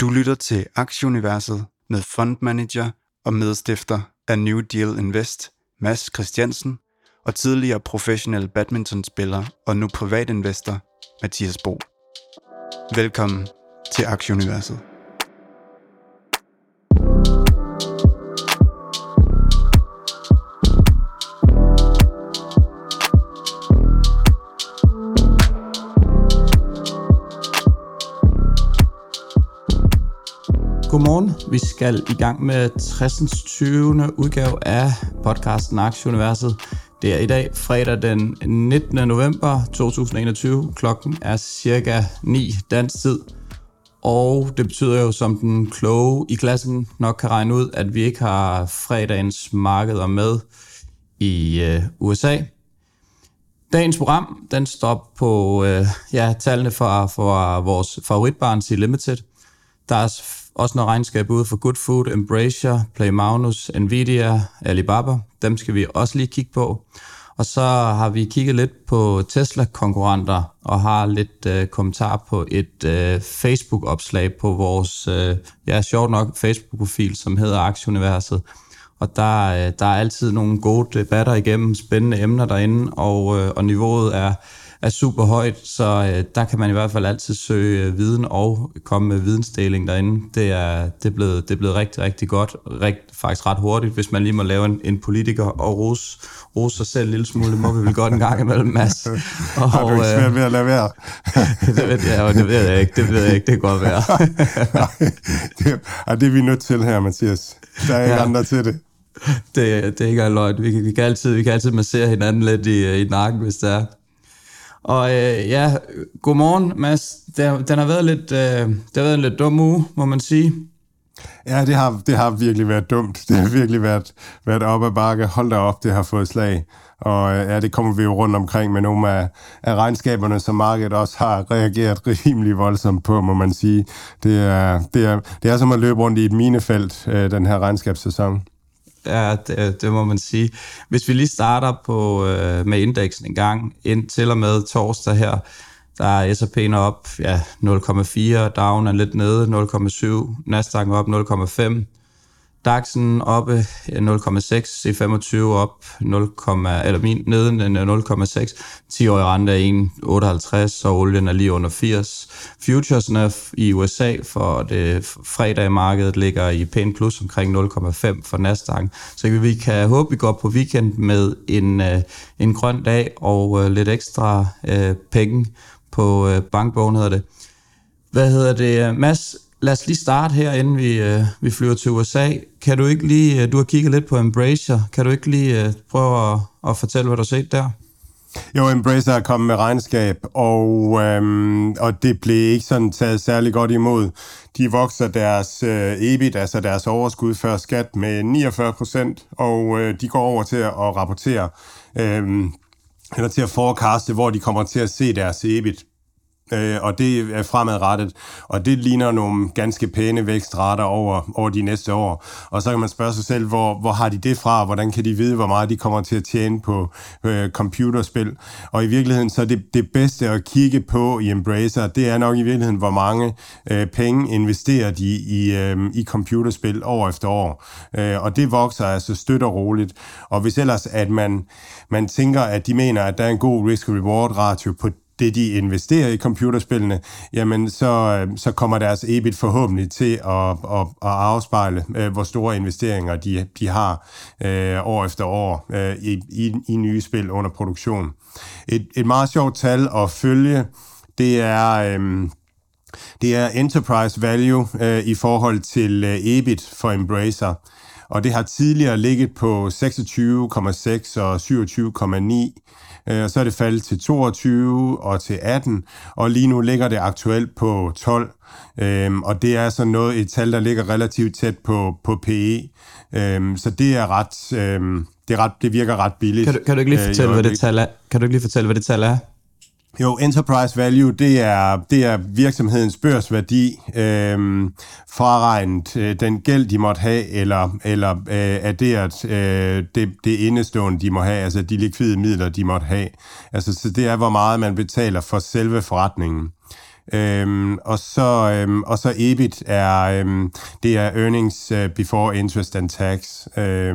Du lytter til Aktieuniverset med fondmanager og medstifter af New Deal Invest, Mads Christiansen, og tidligere professionel badmintonspiller og nu privatinvestor, Mathias Bo. Velkommen til Aktieuniverset. Godmorgen. Vi skal i gang med 60. 20. udgave af podcasten Aktieuniverset. Det er i dag fredag den 19. november 2021. Klokken er cirka 9 dansk tid. Og det betyder jo, som den kloge i klassen nok kan regne ud, at vi ikke har fredagens markeder med i USA. Dagens program, den står på tallene for vores favoritbarn Sea Limited. Der er også noget regnskab ude for Good Food, Embracer, PlayMagnus, Nvidia, Alibaba. Dem skal vi også lige kigge på. Og så har vi kigget lidt på Tesla-konkurrenter og har lidt kommentar på et Facebook-opslag på vores, sjovt nok, Facebook-profil, som hedder Aktieuniverset. Og der er altid nogle gode debatter igennem, spændende emner derinde, og niveauet er super højt, så der kan man i hvert fald altid søge viden og komme med vidensdeling derinde. Det er blevet rigtig, rigtig godt. Faktisk ret hurtigt, hvis man lige må lave en politiker og rose sig selv en lille smule. Det må vi vel godt en gang imellem, Mads. Og, har du ikke svært ved at lade være? det ved jeg ikke. Det kan godt være. Det er vi nødt til her, Mathias. Der er ikke andre til det. Det er ikke løgn. Vi kan altid massere hinanden lidt i nakken, hvis det er. Og godmorgen, Mads. Den har været en lidt dum uge, må man sige. Ja, det har virkelig været dumt. Det har virkelig været op ad bakke. Hold da op, det har fået slag. Og det kommer vi jo rundt omkring med nogle af regnskaberne, som markedet også har reageret rimelig voldsomt på, må man sige. Det er som at løbe rundt i et minefelt, den her regnskabssæson. Ja, det må man sige. Hvis vi lige starter med indeksen en gang, ind til og med torsdag her, der er S&P'en op 0,4, Down er lidt nede, 0,7, Nasdaq op 0,5, DAX'en oppe 0,6, C25 op nede 0,6, 10-årig rente er 1,58, og olien er lige under 80. Futuresne i USA for det fredag markedet ligger i pæn plus omkring 0,5 for Nasdaq. Så vi kan håbe, vi går på weekend med en grøn dag og lidt ekstra penge på bankbogen, hedder det. Hvad hedder det, Mads? Lad os lige starte her, inden vi flyver til USA. Kan du ikke lige, du har kigget lidt på Embracer, kan du ikke lige prøve at fortælle, hvad du har set der? Jo, Embracer er kommet med regnskab, og det blev ikke sådan taget særlig godt imod. De vokser deres EBIT, altså deres overskud før skat, med 49%, og de går over til at rapportere, eller til at forecaste, hvor de kommer til at se deres EBIT. Og det er fremadrettet, og det ligner nogle ganske pæne vækstrater over de næste år. Og så kan man spørge sig selv, hvor har de det fra, hvordan kan de vide, hvor meget de kommer til at tjene på computerspil. Og i virkeligheden så er det bedste at kigge på i Embracer, det er nok i virkeligheden, hvor mange penge investerer de i computerspil år efter år. Og det vokser altså støt og roligt. Og hvis ellers at man tænker, at de mener, at der er en god risk-reward ratio på det, de investerer i computerspillene, jamen så kommer deres EBIT forhåbentlig til at afspejle, hvor store investeringer de har år efter år i nye spil under produktion. Et meget sjovt tal at følge, det er enterprise value i forhold til EBIT for Embracer. Og det har tidligere ligget på 26,6 og 27,9. Og så er det faldet til 22 og til 18, og lige nu ligger det aktuelt på 12. Og det er sådan et tal, der ligger relativt tæt på PE. Så det er det virker ret billigt. Kan du ikke lige fortælle, hvad det tal er? Kan du ikke lige fortælle, hvad det tal er? Jo, enterprise value, det er virksomhedens børsværdi, fraregnet den gæld, de måtte have, eller adderet det indestående, de må have, altså de likvide midler, de måtte have. Altså, så det er, hvor meget man betaler for selve forretningen. Og så EBIT det er earnings before interest and tax.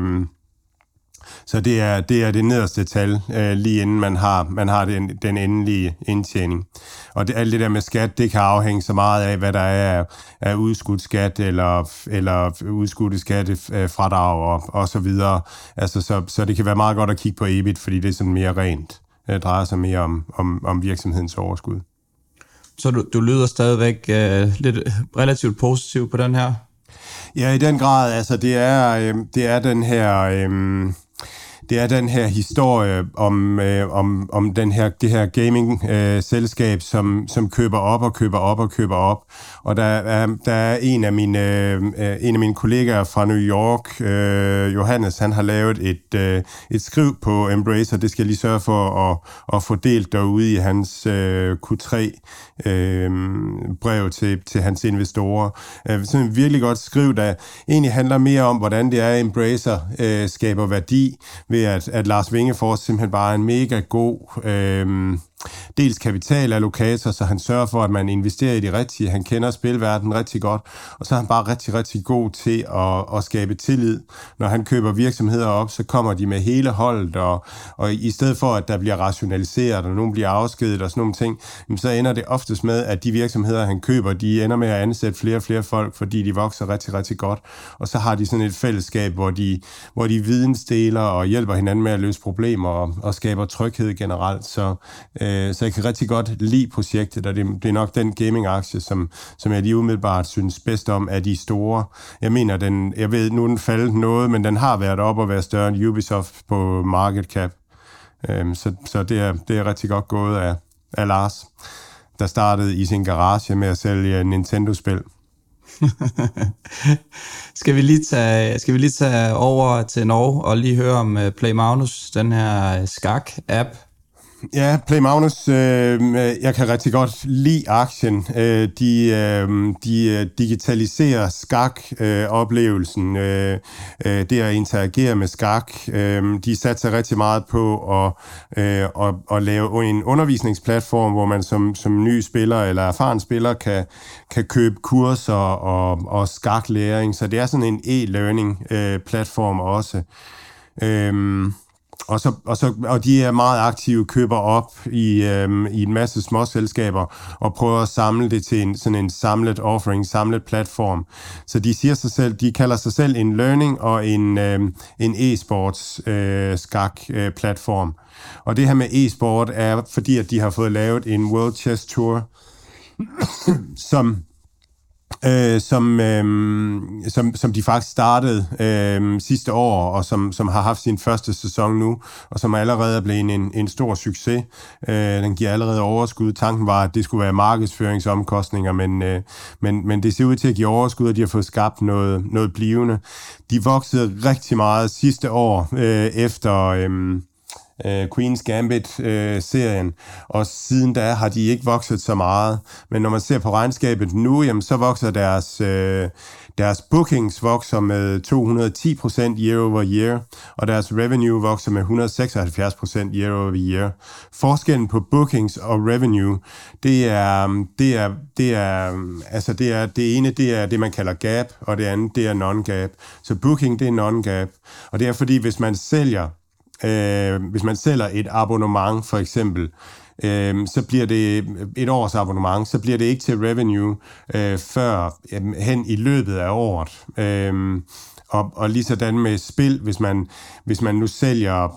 Så det er det nederste tal, lige inden man har den endelige indtjening. Og alt det der med skat, det kan afhænge så meget af, hvad der er af udskudt skat eller udskudte skattefradrag og så videre. Altså, så det kan være meget godt at kigge på EBIT, fordi det er sådan mere rent. Det drejer sig mere om virksomhedens overskud. Så du lyder stadigvæk lidt relativt positiv på den her? Ja, i den grad. Altså, det er den her... Det er den her historie om det her gaming-selskab, som køber op. Og der er en af mine kollegaer fra New York, Johannes, han har lavet et skriv på Embracer. Det skal jeg lige sørge for at få delt derude i hans Q3-brev til hans investorer. Sådan et virkelig godt skriv, der egentlig handler mere om, hvordan det er, Embracer skaber værdi ved at Lars Wingefors simpelthen bare er en mega god dels kapitalallokator, så han sørger for, at man investerer i det rigtige. Han kender spilverdenen rigtig godt, og så er han bare rigtig, rigtig god til at skabe tillid. Når han køber virksomheder op, så kommer de med hele holdet, og i stedet for, at der bliver rationaliseret, og nogen bliver afskediget og sådan nogle ting, så ender det oftest med, at de virksomheder, han køber, de ender med at ansætte flere og flere folk, fordi de vokser rigtig, rigtig godt. Og så har de sådan et fællesskab, hvor de vidensdeler og hjælper hinanden med at løse problemer og skaber tryghed generelt. Så jeg kan rigtig godt lide projektet, og det er nok den gaming-aktie, som jeg lige umiddelbart synes bedst om af de store. Jeg mener, jeg ved, nu den faldet noget, men den har været op og været større end Ubisoft på market cap. Så det er rigtig godt gået af Lars, der startede i sin garage med at sælge Nintendo-spil. Skal vi lige tage over til Norge og lige høre om Play Magnus, den her skak-app? Ja, Play Magnus, jeg kan rigtig godt lide aktien. De digitaliserer skak-oplevelsen, det at interagere med skak. De satser rigtig meget på at lave en undervisningsplatform, hvor man som ny spiller eller erfaren spiller kan købe kurser og skaklæring. Så det er sådan en e-learning-platform også. Og de er meget aktive, køber op i en masse små selskaber og prøver at samle det til sådan en samlet offering, samlet platform. Så de kalder sig selv en learning og en e-sports skak platform. Og det her med e-sport er fordi, at de har fået lavet en World Chess Tour, som de faktisk startede sidste år, og som har haft sin første sæson nu, og som allerede er blevet en stor succes. Den giver allerede overskud. Tanken var, at det skulle være markedsføringsomkostninger, men det ser ud til at give overskud, og de har fået skabt noget blivende. De voksede rigtig meget sidste år efter Queen's Gambit-serien, og siden da har de ikke vokset så meget. Men når man ser på regnskabet nu, jamen, så vokser deres bookings vokser med 210% year over year, og deres revenue vokser med 176% year over year. Forskellen på bookings og revenue, det ene, det er det, man kalder gap, og det andet, det er non-gap. Så booking, det er non-gap, og det er fordi, hvis man sælger et abonnement, for eksempel, så bliver det et års abonnement, så bliver det ikke til revenue før hen i løbet af året. Og lige sådan med spil, hvis man nu sælger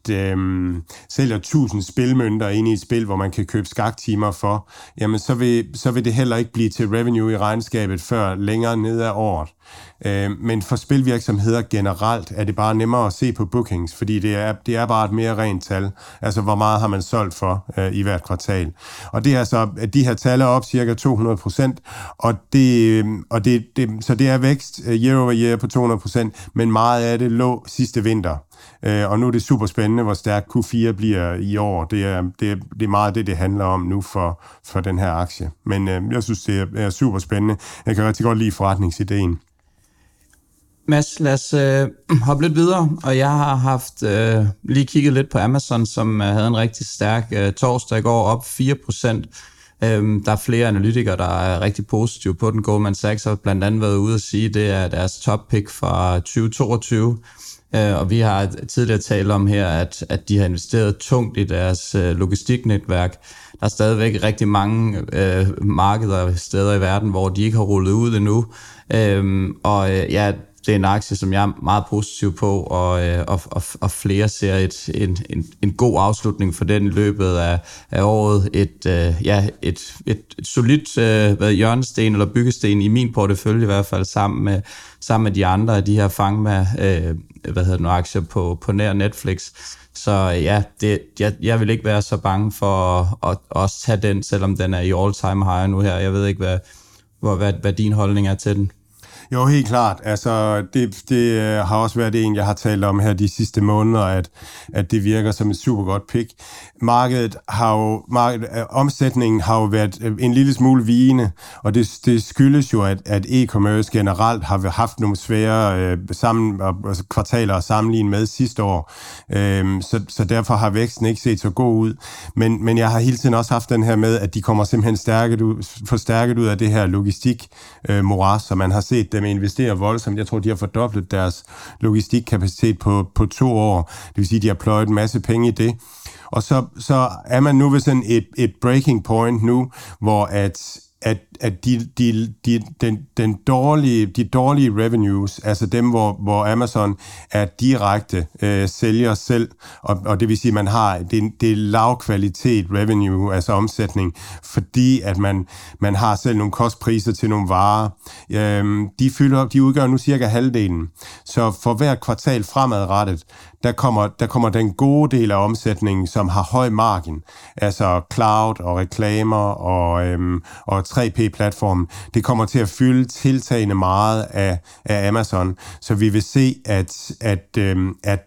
1000 spilmønter ind i et spil, hvor man kan købe skaktimer for, jamen så vil det heller ikke blive til revenue i regnskabet før længere ned ad året. Men for spilvirksomheder generelt er det bare nemmere at se på bookings, fordi det er bare et mere rent tal. Altså, hvor meget har man solgt for i hvert kvartal. Og det er så, at de her tal er op cirka 200%, så det er vækst year over year på 200%, men meget af det lå sidste vinter. Og nu er det super spændende, hvor stærk Q4 bliver i år. Det er meget det handler om nu for den her aktie. Men jeg synes, det er super spændende. Jeg kan rigtig godt lide forretningsideen. Mads, lad os hoppe lidt videre, og jeg har haft lige kigget lidt på Amazon, som havde en rigtig stærk torsdag i går, op 4%. Der er flere analytikere, der er rigtig positive på den. Goldman Sachs har blandt andet været ude at sige, at det er deres top pick fra 2022. Og vi har tidligere talt om her, at de har investeret tungt i deres logistiknetværk. Der er stadigvæk rigtig mange markeder steder i verden, hvor de ikke har rullet ud endnu. Det er en aktie, som jeg er meget positiv på, og flere ser en god afslutning for den i løbet af året. Et solidt hjørnesten eller byggesten i min portefølje i hvert fald, sammen med de andre af de her Fangma aktier på nær Netflix. Så ja, jeg vil ikke være så bange for at også tage den, selvom den er i all-time high nu her. Jeg ved ikke, hvad din holdning er til den. Jo, helt klart. Altså, det har også været en, jeg har talt om her de sidste måneder, at det virker som et super godt pick. Omsætningen har jo været en lille smule vigende, og det skyldes jo, at e-commerce generelt har haft nogle svære kvartaler at sammenligne med sidste år. Så derfor har væksten ikke set så god ud. Men jeg har hele tiden også haft den her med, at de kommer simpelthen forstærket ud af det her logistik-moras, så man har set dem investere voldsomt. Jeg tror, de har fordoblet deres logistikkapacitet på 2 år. Det vil sige, at de har pløjet en masse penge i det. Og så er man nu ved sådan et breaking point nu, hvor at de dårlige revenues, altså dem, hvor Amazon er direkte sælger selv, og det vil sige, at man har det lav kvalitet revenue, altså omsætning, fordi at man har selv nogle kostpriser til nogle varer. De udgør nu cirka halvdelen. Så for hver kvartal fremadrettet, der kommer den gode del af omsætningen, som har høj margin, altså cloud og reklamer og 3P-platformen. Det kommer til at fylde tiltagende meget af Amazon, så vi vil se, at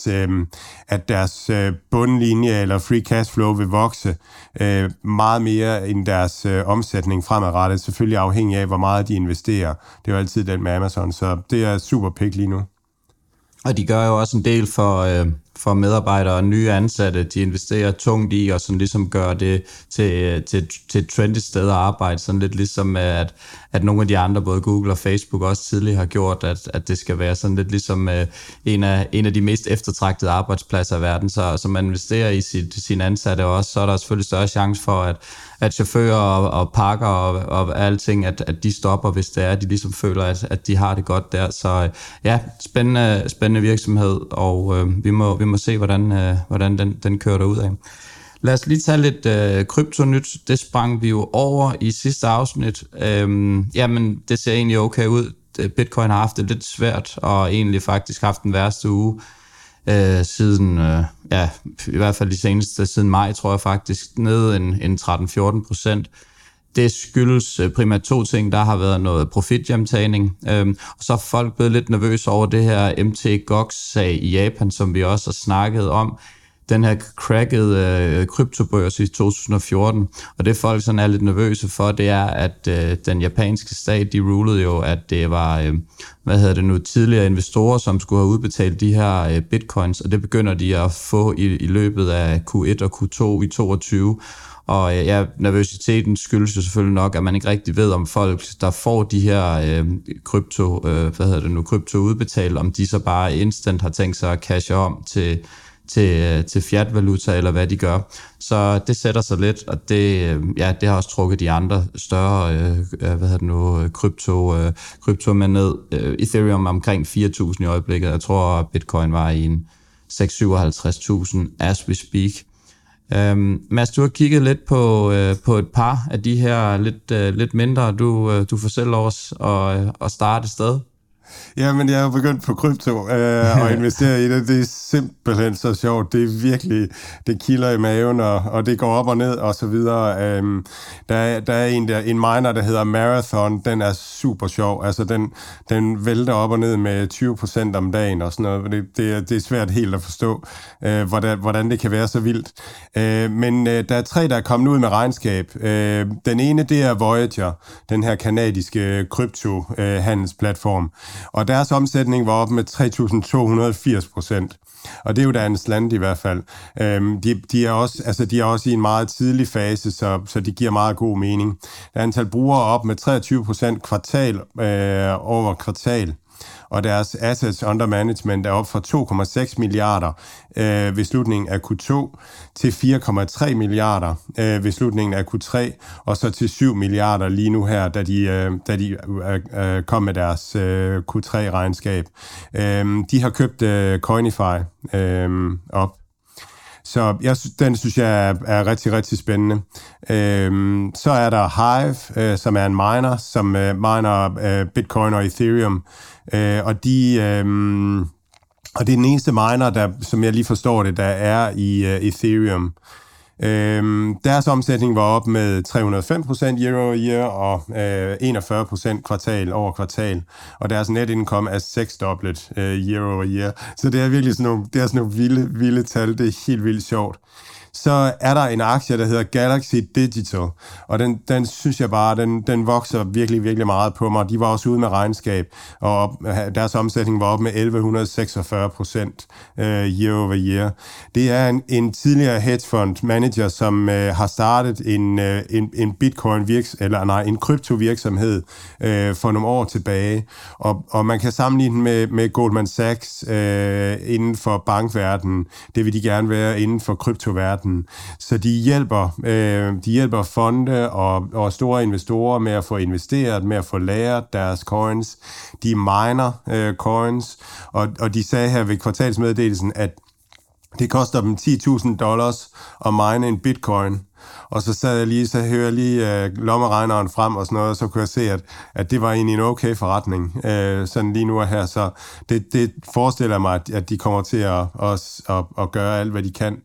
deres bundlinje eller free cash flow vil vokse meget mere end deres omsætning fremadrettet, selvfølgelig afhængig af, hvor meget de investerer. Det er jo altid den med Amazon, så det er super pick lige nu. Og de gør jo også en del for medarbejdere og nye ansatte. De investerer tungt i og sådan ligesom gør det til et trendy sted at arbejde. Sådan lidt ligesom at nogle af de andre, både Google og Facebook også tidligere har gjort, at det skal være sådan lidt ligesom en af de mest eftertragtede arbejdspladser i verden. Så man investerer i sine ansatte også, så er der selvfølgelig større chance for, at chauffører og pakker og alting, at de stopper, hvis det er, at de ligesom føler, at de har det godt der. Så ja, spændende virksomhed, og vi må se, hvordan den kører derud af. Lad os lige tage lidt kryptonyt. Det sprang vi jo over i sidste afsnit. Jamen, det ser egentlig okay ud. Bitcoin har haft det lidt svært, og egentlig faktisk haft den værste uge siden, i hvert fald de seneste, siden maj, tror jeg faktisk, nede en 13-14%. Det skyldes primært 2 ting. Der har været noget profithjemtagning, og så er folk blevet lidt nervøse over det her Mt. Gox-sag i Japan, som vi også har snakket om. Den her crackede kryptobørs i 2014, og det folk sådan er lidt nervøse for, det er, at den japanske stat, de rulede jo, at det var, tidligere investorer, som skulle have udbetalt de her bitcoins, og det begynder de at få i løbet af Q1 og Q2 i 2022. Og nervøsiteten skyldes jo selvfølgelig nok, at man ikke rigtig ved, om folk, der får de her krypto udbetalt, om de så bare instant har tænkt sig at cashe om til fiat-valuta, eller hvad de gør. Så det sætter sig lidt, og det har også trukket de andre større krypto med ned. Ethereum omkring 4.000 i øjeblikket. Jeg tror, Bitcoin var i en 657.000 as we speak. Mads, du har kigget lidt på et par af de her lidt mindre. Du får selv lov at starte et sted. Jamen, jeg er jo begyndt på krypto og investere i det. Det er simpelthen så sjovt. Det er virkelig, det kilder i maven, og det går op og ned, og så videre. Der er en miner, der hedder Marathon. Den er super sjov. Altså, den vælter op og ned med 20% om dagen og sådan noget. Det er svært helt at forstå, hvordan det kan være så vildt. Men der er 3, der er kommet ud med regnskab. Den ene, det er Voyager, den her kanadiske krypto-handelsplatform. Og deres omsætning var op med 3.280%. Og det er jo da en slant i hvert fald. De er også i en meget tidlig fase, så det giver meget god mening. Der er antal brugere op med 23% kvartal over kvartal. Og deres assets under management er op fra 2,6 milliarder ved slutningen af Q2 til 4,3 milliarder ved slutningen af Q3, og så til 7 milliarder lige nu her, da de kom med deres Q3-regnskab. De har købt Coinify op. Så den synes jeg er rigtig, rigtig spændende. Så er der Hive, som er en miner, som miner Bitcoin og Ethereum. Og det er den eneste miner, der, som jeg lige forstår det, der er i Ethereum. Deres omsætning var op med 305% year over year og 41% kvartal over kvartal, og deres net income er 6-doblet year over year. Så det er virkelig sådan nogle vilde tal. Det er helt vildt sjovt. Så er der en aktie, der hedder Galaxy Digital, og den synes jeg bare, den vokser virkelig, virkelig meget på mig. De var også ude med regnskab, og deres omsætning var op med 1146% year over year. Det er en tidligere hedgefund manager, som har startet en bitcoin en kryptovirksomhed for nogle år tilbage, og man kan sammenligne den med Goldman Sachs inden for bankverdenen. Det vil de gerne være inden for kryptoverdenen. Så de hjælper fonde og store investorer med at få investeret, med at få lagret deres coins. De miner coins, og de sagde her ved kvartalsmeddelelsen, at det koster dem $10,000 at mine en bitcoin. Og så hører jeg lige lommeregneren frem og sådan noget, og så kunne jeg se, at det var egentlig en okay forretning, sådan lige nu og her. Så det forestiller mig, at de kommer til at gøre alt, hvad de kan.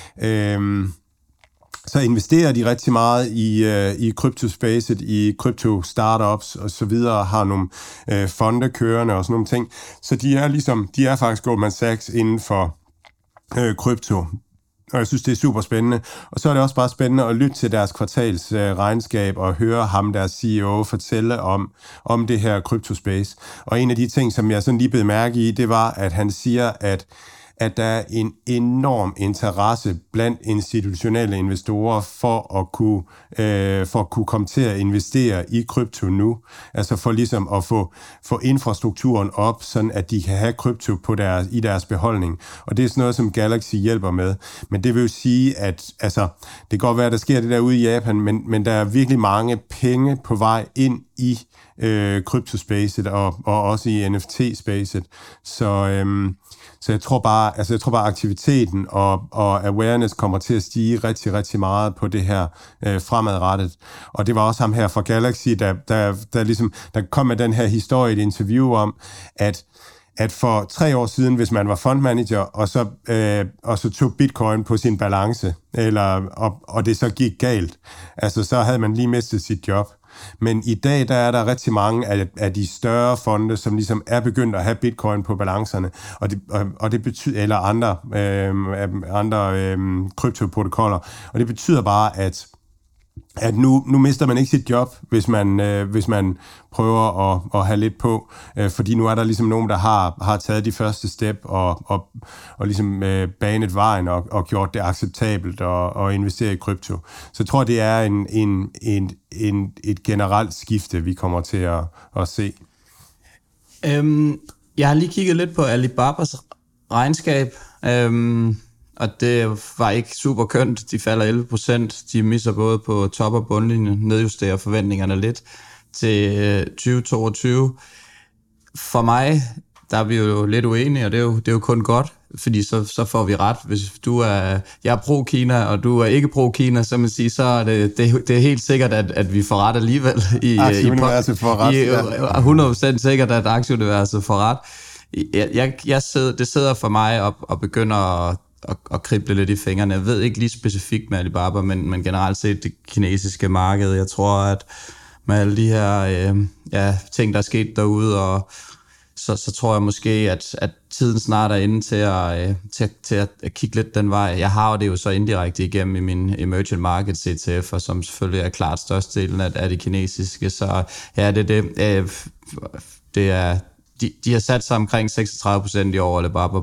Så investerer de rigtig meget i kryptospacet, i krypto-startups og så videre, har nogle fonde kørende og sådan nogle ting. Så de er faktisk Goldman Sachs inden for krypto. Og jeg synes, det er super spændende. Og så er det også bare spændende at lytte til deres kvartalsregnskab og høre ham, deres CEO, fortælle om det her kryptospace. Og en af de ting, som jeg sådan lige bed mærke i, det var, at han siger, at der er en enorm interesse blandt institutionelle investorer for at kunne komme til at investere i krypto nu. Altså for ligesom at få infrastrukturen op, sådan at de kan have krypto i deres beholdning. Og det er sådan noget, som Galaxy hjælper med. Men det vil jo sige, at altså, det kan godt være, at der sker det derude i Japan, men der er virkelig mange penge på vej ind i kryptospacet og også i NFT-spacet. Så jeg tror bare, aktiviteten og awareness kommer til at stige rigtig, rigtig meget på det her fremadrettet. Og det var også ham her fra Galaxy, der kom med den her historie, et interview om, at for 3 år siden, hvis man var fondmanager, og så tog bitcoin på sin balance, og det så gik galt, altså så havde man lige mistet sit job. Men i dag, der er der rigtig mange af de større fonde, som ligesom er begyndt at have bitcoin på balancerne, og det betyder, eller andre kryptoprotokoller, og det betyder bare, at nu mister man ikke sit job, hvis man prøver at have lidt på, fordi nu er der ligesom nogen, der har taget de første step og ligesom banet vejen og gjort det acceptabelt og investere i krypto. Så jeg tror, det er et generelt skifte, vi kommer til at se. Jeg har lige kigget lidt på Alibabas regnskab, og det var ikke super kønt. De falder 11%. De misser både på top- og bundlinjen, nedjusterer forventningerne lidt til 2022. For mig, der er vi jo lidt uenige, og det er jo kun godt, fordi så får vi ret. Hvis jeg er pro-Kina, og du er ikke pro-Kina, så man sige, så er det er helt sikkert, at vi får ret alligevel. Aktieuniverset får ret. 100% sikkert, at aktieuniverset får ret. Det sidder for mig op og begynder at krible lidt i fingrene. Jeg ved ikke lige specifikt med Alibaba, men generelt set det kinesiske marked. Jeg tror, at med alle de her ting, der er sket derude, og så tror jeg måske, at tiden snart er inde til at kigge lidt den vej. Jeg har det jo så indirekte igennem i min emerging markets ETF'er, som selvfølgelig er klart størstedelen af de kinesiske. Så ja, det er de har sat sig omkring 36% i år, eller bare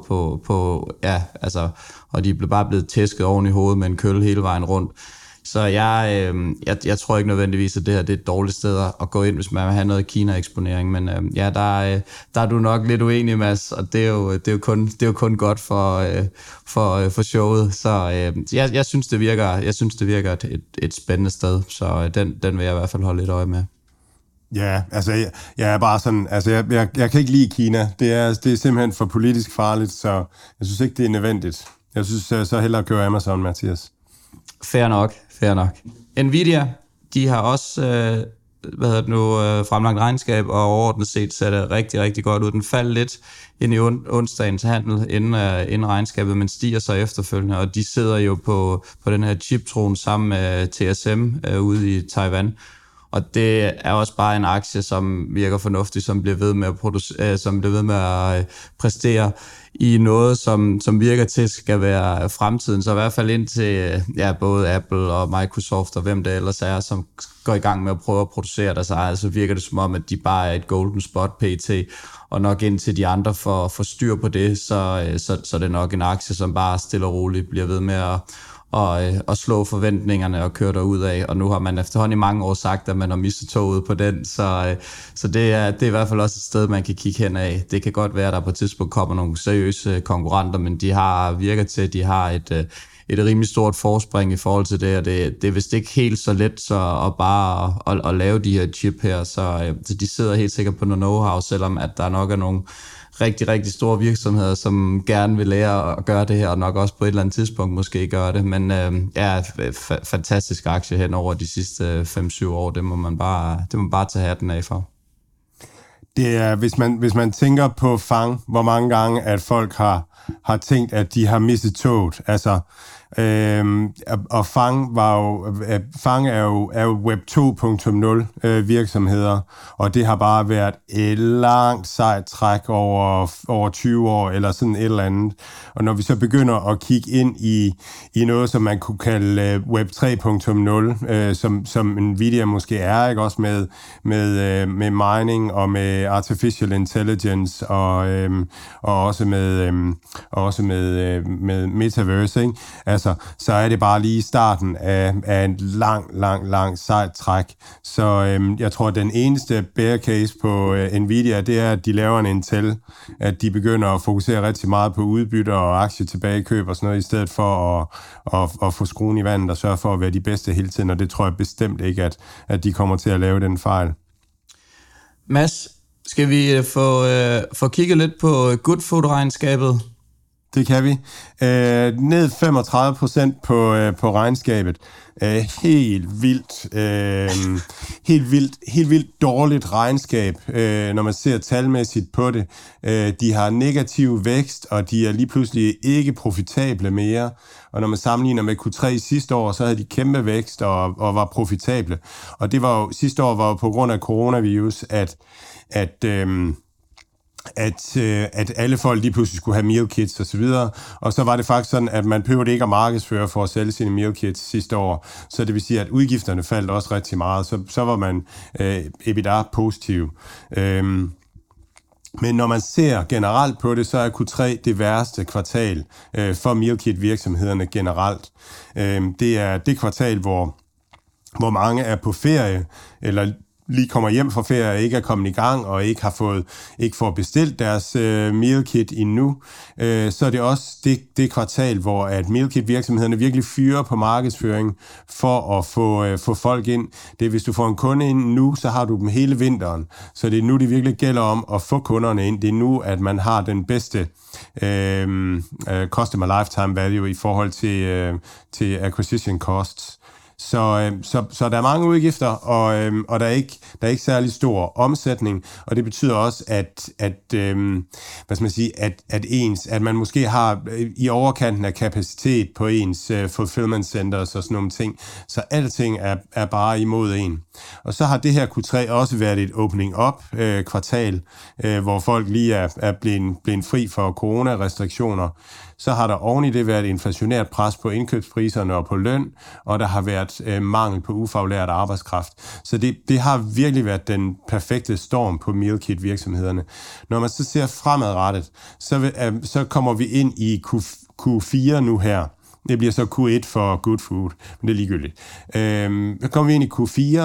og de blev bare blevet tæsket oven i hovedet med en kølle hele vejen rundt. Så jeg tror ikke nødvendigvis, at det her det er et dårligt sted at gå ind, hvis man vil have noget Kina-eksponering. Men der er du nok lidt uenig, Mads, og det er jo kun godt for showet. Så jeg synes, det virker et spændende sted, så den vil jeg i hvert fald holde lidt øje med. Ja, altså jeg er bare sådan, altså jeg kan ikke lide Kina. Det er simpelthen for politisk farligt, så jeg synes ikke, det er nødvendigt. Jeg synes så hellere købe Amazon, Mathias. Fair nok. Nvidia, de har også fremlagt regnskab, og overordnet set ser det rigtig, rigtig godt ud. Den faldt lidt ind i onsdagens handel inden regnskabet, men stiger så efterfølgende, og de sidder jo på den her chiptron sammen med TSM ude i Taiwan. Og det er også bare en aktie, som virker fornuftig, som bliver ved med at præstere i noget, som virker til skal være fremtiden. Så i hvert fald indtil både Apple og Microsoft og hvem det ellers er, som går i gang med at prøve at producere deres eget, så virker det som om, at de bare er et golden spot pt. Og nok indtil de andre får styr på det, så er det nok en aktie, som bare stille og roligt bliver ved med at slå forventningerne og køre derud af, og nu har man efterhånden i mange år sagt, at man har mistet toget på den, så det er i hvert fald også et sted, man kan kigge hen af. Det kan godt være, at der på et tidspunkt kommer nogle seriøse konkurrenter, men de har et rimelig stort forspring i forhold til det, og det er vist ikke helt så let så at lave de her chip her, så de sidder helt sikkert på noget know-how, selvom at der nok er nogle rigtig, rigtig store virksomheder, som gerne vil lære at gøre det her, og nok også på et eller andet tidspunkt måske gøre det. Men fantastisk aktie hen over de sidste 5-7 år. Det må man bare tage hatten af for. Det er, hvis man tænker på FANG, hvor mange gange, at folk har tænkt, at de har mistet toget. Altså, og FANG er jo Web 2.0 virksomheder, og det har bare været et langt sejt træk over 20 år, eller sådan et eller andet. Og når vi så begynder at kigge ind i noget, som man kunne kalde Web 3.0, som Nvidia måske er, ikke også med mining og med artificial intelligence og også med metaverse, ikke? Altså, så er det bare lige starten af en lang sejt træk. Så jeg tror, at den eneste bear case på Nvidia, det er, at de laver en Intel, at de begynder at fokusere rigtig meget på udbytter og aktietilbagekøb og sådan noget, i stedet for at få skruen i vandet og sørge for at være de bedste hele tiden, og det tror jeg bestemt ikke, at de kommer til at lave den fejl. Mads, skal vi få kigget lidt på Goodfood-regnskabet? Det kan vi. Ned 35% på regnskabet. Helt vildt dårligt regnskab, når man ser talmæssigt på det. De har negativ vækst, og de er lige pludselig ikke profitable mere. Og når man sammenligner med Q3 sidste år, så havde de kæmpe vækst og var profitable. Og det var jo, sidste år var jo på grund af coronavirus, at alle folk lige pludselig skulle have meal kits og så videre, og så var det faktisk sådan, at man behøvede ikke at markedsføre for at sælge sine meal kits sidste år, så det vil sige, at udgifterne faldt også rigtig meget, så var man EBITDA positiv. Men når man ser generelt på det, så er Q3 det værste kvartal for meal kit virksomhederne generelt. Det er det kvartal, hvor mange er på ferie, eller lige kommer hjem fra ferie og ikke er kommet i gang og ikke får bestilt deres meal kit endnu, så er det også det kvartal, hvor at meal kit virksomhederne virkelig fyrer på markedsføring for at få folk ind. Det er, hvis du får en kunde ind nu, så har du dem hele vinteren. Så det er nu, det virkelig gælder om at få kunderne ind. Det er nu, at man har den bedste customer lifetime value i forhold til acquisition costs. Så der er mange udgifter, og der er ikke særlig stor omsætning, og det betyder også, at man måske har i overkanten af kapacitet på ens fulfillment centers og sådan nogle ting, så alting er bare imod en. Og så har det her Q3 også været et opening up kvartal, hvor folk lige er blevet fri for coronarestriktioner. Så har der oven i det været inflationært pres på indkøbspriserne og på løn, og der har været decideret mangel på ufaglært arbejdskraft. Så det har virkelig været den perfekte storm på meal kit virksomhederne. Når man så ser fremadrettet, så kommer vi ind i Q4 nu her. Det bliver så Q1 for Good Food, men det er ligegyldigt. Så kommer vi ind i Q4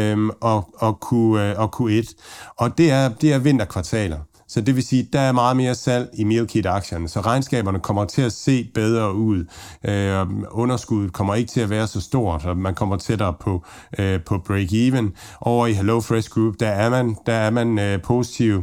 og Q1, og det er vinterkvartaler. Så det vil sige, at der er meget mere salg i meal kit-aktierne, så regnskaberne kommer til at se bedre ud. Underskuddet kommer ikke til at være så stort, og man kommer tættere på break-even. Over i HelloFresh Group, der er man positiv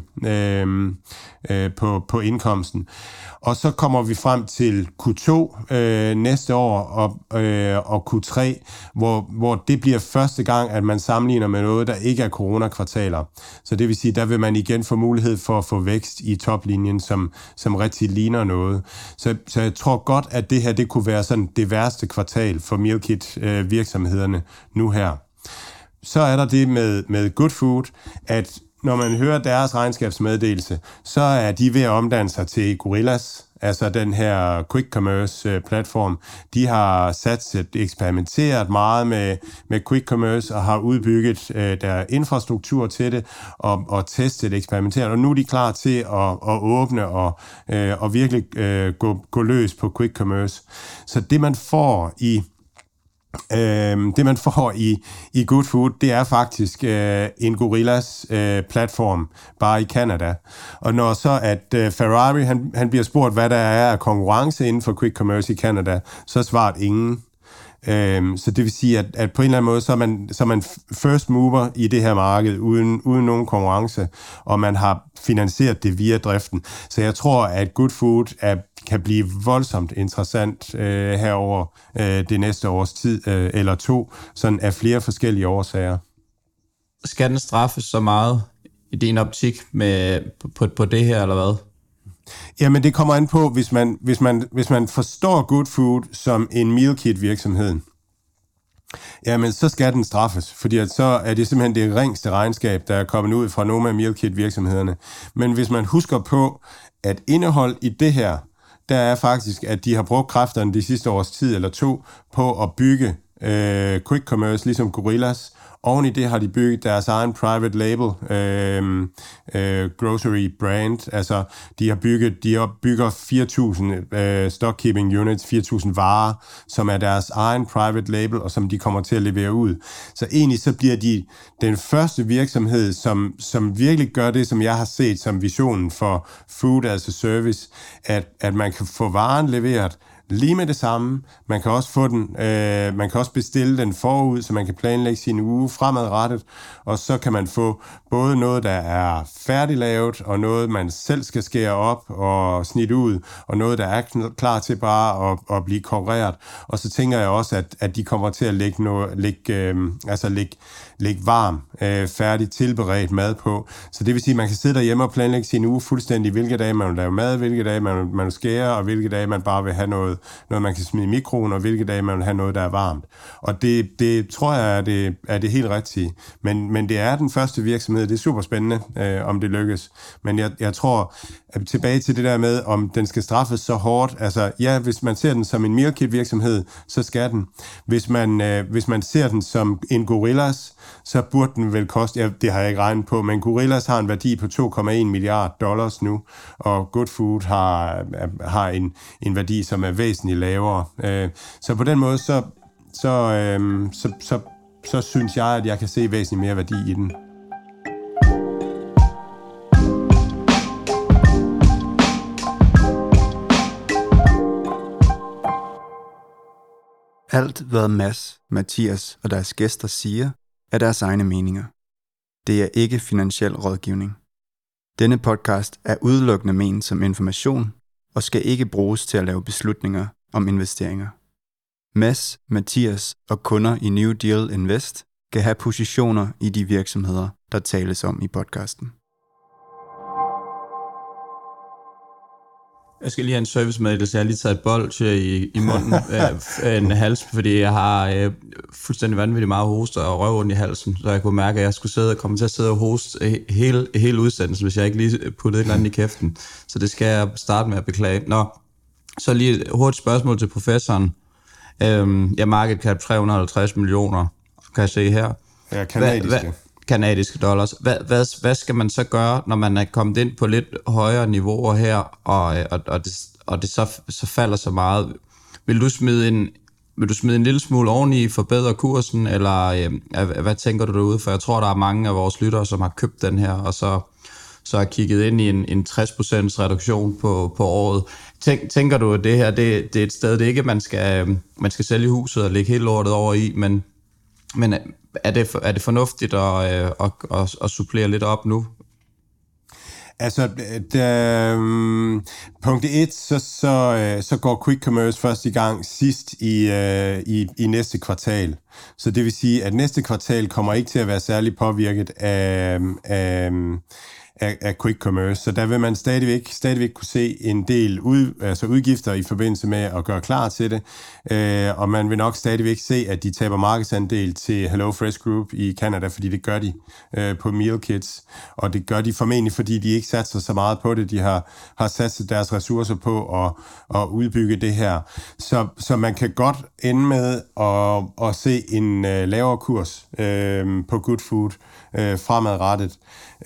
på indkomsten. Og så kommer vi frem til Q2 næste år og Q3, hvor det bliver første gang, at man sammenligner med noget, der ikke er coronakvartaler. Så det vil sige, der vil man igen få mulighed for at få vækst i toplinjen, som rigtig ligner noget. Så jeg tror godt, at det her det kunne være sådan det værste kvartal for meal kit virksomhederne nu her. Så er der det med Good Food, at når man hører deres regnskabsmeddelelse, så er de ved at omdanne sig til Gorillas, altså den her quick commerce platform. De har eksperimenteret meget med quick commerce og har udbygget der infrastruktur til det og testet, eksperimenteret, og nu er de klar til at åbne og virkelig gå løs på quick commerce. Så det man får i Good Food, det er faktisk en Gorillas platform, bare i Canada. Og når så at Ferrari, han bliver spurgt, hvad der er af konkurrence inden for quick commerce i Canada, så svaret ingen. Så det vil sige, at på en eller anden måde, så er man first mover i det her marked, uden nogen konkurrence, og man har finansieret det via driften. Så jeg tror, at Good Food kan blive voldsomt interessant herover det næste års tid eller to, sådan af flere forskellige årsager. Skal den straffes så meget i din optik på det her, eller hvad? Jamen, det kommer an på, hvis man forstår Good Food som en meal kit virksomhed, jamen, så skal den straffes, fordi så er det simpelthen det ringeste regnskab, der er kommet ud fra nogle af meal kit virksomhederne. Men hvis man husker på, at indhold i det her, der er faktisk, at de har brugt kræfterne de sidste års tid eller to på at bygge quick commerce, ligesom Gorillas. Oven i det har de bygget deres egen private label grocery brand. Altså, de bygger 4.000 stockkeeping units, 4.000 varer, som er deres egen private label, og som de kommer til at levere ud. Så egentlig så bliver de den første virksomhed, som virkelig gør det, som jeg har set som visionen for food as a service, at man kan få varen leveret lige med det samme. Man kan også få den, man kan også bestille den forud, så man kan planlægge sin uge fremadrettet, og så kan man få både noget, der er færdiglavet, og noget, man selv skal skære op og snitte ud, og noget, der er klar til bare at blive konkurreret. Og så tænker jeg også, at de kommer til at lægge varm, færdig tilberedt mad på. Så det vil sige, at man kan sidde derhjemme og planlægge sin uge fuldstændig, hvilke dage man vil lave mad, hvilke dage man vil skære, og hvilke dage man bare vil have noget man kan smide i mikroen, og hvilke dage man vil have noget, der er varmt. Og det tror jeg er det helt rigtige. Men det er den første virksomhed. Det er super spændende, om det lykkes. Men jeg tror, at tilbage til det der med, om den skal straffes så hårdt. Altså, ja, hvis man ser den som en meal kit virksomhed, så skal den. Hvis man ser den som en Gorillas, så burde den vel koste, det har jeg ikke regnet på, men Gorillas har en værdi på $2,1 milliard nu, og Good Food har en værdi, som er væsentligt lavere. Så på den måde, så synes jeg, at jeg kan se væsentligt mere værdi i den. Alt, hvad Mads, Mathias og deres gæster siger, er deres egne meninger. Det er ikke finansiel rådgivning. Denne podcast er udelukkende ment som information og skal ikke bruges til at lave beslutninger om investeringer. Mads, Mathias og kunder i New Deal Invest kan have positioner i de virksomheder, der tales om i podcasten. Jeg skal lige have en servicemeddelelse. Jeg har lige taget et bolsje i munden, en hals, fordi jeg har fuldstændig vanvittigt meget hoste og røvondt i halsen, så jeg kunne mærke, at jeg skulle komme til at sidde og hoste hele udsendelsen, hvis jeg ikke lige puttede et eller andet i kæften. Så det skal jeg starte med at beklage. Nå, så lige et hurtigt spørgsmål til professoren. Market cap 350 millioner, kan jeg se her. Ja, kanadiske. Kanadiske dollars. Hvad skal man så gøre, når man er kommet ind på lidt højere niveauer her, og det så falder så meget? Vil du smide en lille smule oveni, forbedre kursen, eller hvad tænker du derude? For jeg tror, der er mange af vores lyttere, som har købt den her, og så har kigget ind i en 60% reduktion på året. Tænker du, at det her det er et sted, det ikke man skal sælge huset og lægge hele lortet over i, men er det fornuftigt at supplere lidt op nu? Altså, punkt 1, så går Quick Commerce først i gang sidst i næste kvartal. Så det vil sige, at næste kvartal kommer ikke til at være særlig påvirket af Quick Commerce, så der vil man stadigvæk kunne se en del udgifter i forbindelse med at gøre klar til det, og man vil nok stadigvæk se, at de taber markedsandel til Hello Fresh Group i Canada, fordi det gør de på meal kits, og det gør de formentlig, fordi de ikke satser så meget på det. De har sat deres ressourcer på at udbygge det her. Så man kan godt ende med at se en lavere kurs på Good Food fremadrettet.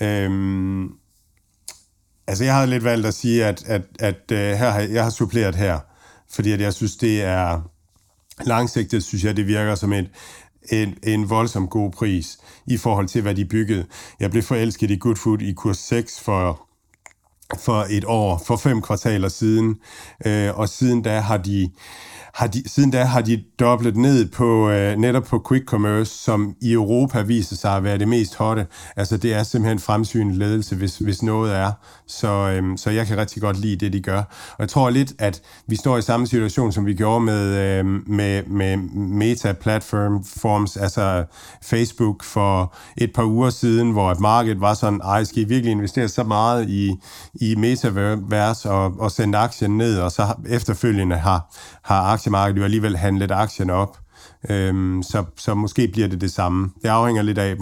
Altså jeg har lidt valgt at sige, at her jeg har suppleret her, fordi at jeg synes, det er langsigtet, synes jeg, det virker som en voldsom god pris i forhold til, hvad de byggede. Jeg blev forelsket i Good Food i kurs 6 for et år, for 5 kvartaler siden, og siden da har de dobblet ned på netop på Quick Commerce, som i Europa viser sig at være det mest hotte. Altså det er simpelthen fremsynet ledelse, hvis noget er. Så jeg kan rigtig godt lide det, de gør. Og jeg tror lidt, at vi står i samme situation, som vi gjorde med Meta Platforms, altså Facebook for et par uger siden, hvor et marked var sådan, skal I virkelig investere så meget i Metaverse og sende aktien ned, og så efterfølgende har aktiemarkedet jo alligevel handlet aktien op. Så måske bliver det samme. Det afhænger lidt af,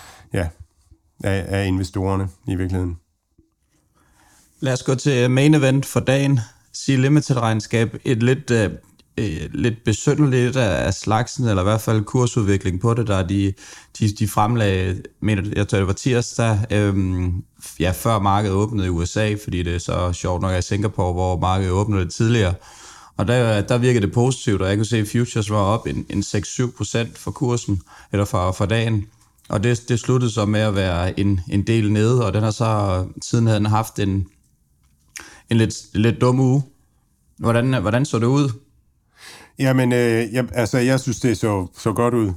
af investorerne i virkeligheden. Lad os gå til main event for dagen. Sea Limited-regnskab. Et lidt besynderligt af slagsen, eller i hvert fald kursudvikling på det, der de fremlagde, jeg tror det var tirsdag, før markedet åbnede i USA, fordi det er så sjovt nok i Singapore, hvor markedet åbnede lidt tidligere. Og der virkede det positivt, og jeg kunne se, at futures var op en 6-7% for kursen, eller for dagen. Og det sluttede så med at være en del nede, og den har så siden havde haft en lidt dum uge. Hvordan så det ud? Jamen, jeg synes, det så godt ud.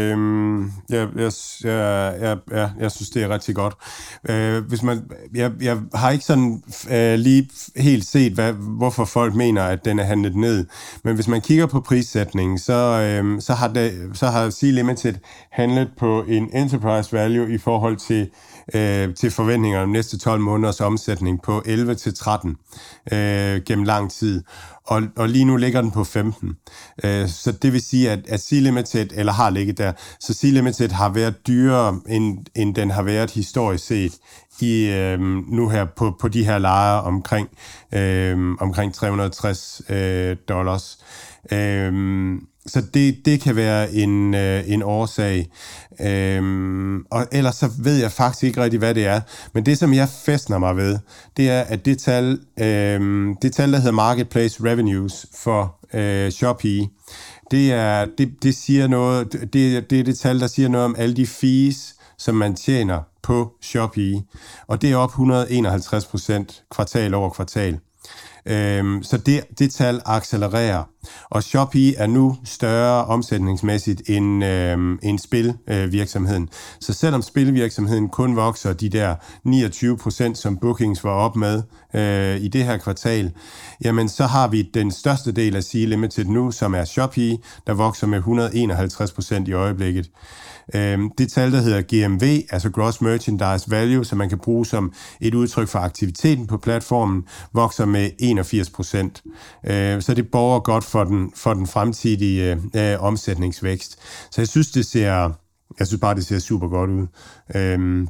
Jeg synes, det er rigtig godt. Jeg har ikke sådan lige helt set, hvorfor folk mener, at den er handlet ned. Men hvis man kigger på prissætningen, så har Sea Limited handlet på en enterprise value i forhold til forventninger om næste 12 måneders omsætning på 11-13 gennem lang tid. Og lige nu ligger den på 15. Så det vil sige, at Sea Limited, eller har ligget der, så Sea Limited har været dyrere, end den har været historisk set nu her på de her lejer omkring $360. Så det kan være en årsag. Og ellers så ved jeg faktisk ikke rigtig, hvad det er. Men det, som jeg fæstner mig ved, det er, at det tal, der hedder Marketplace Revenues for Shopee, det siger noget, det er det tal, der siger noget om alle de fees, som man tjener på Shopee. Og det er op 151% kvartal over kvartal. Så det tal accelererer, og Shopee er nu større omsætningsmæssigt end spilvirksomheden. Så selvom spilvirksomheden kun vokser de der 29%, som bookings var op med i det her kvartal, jamen så har vi den største del af Sea Limited nu, som er Shopee, der vokser med 151% i øjeblikket. Det tal, der hedder GMV, altså Gross Merchandise Value, som man kan bruge som et udtryk for aktiviteten på platformen, vokser med 81%. Så det borger godt for den fremtidige omsætningsvækst. Så jeg synes bare, det ser super godt ud.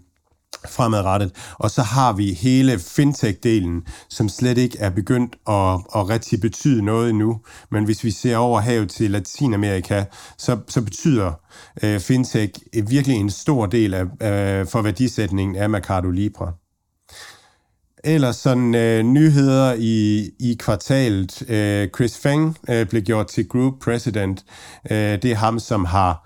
fremadrettet. Og så har vi hele fintech-delen, som slet ikke er begyndt at rigtig betyde noget endnu. Men hvis vi ser over havet til Latinamerika, så betyder fintech virkelig en stor del for værdisætningen af Mercado Libre. Ellers sådan nyheder i kvartalet. Chris Feng blev gjort til Group President. Det er ham, som har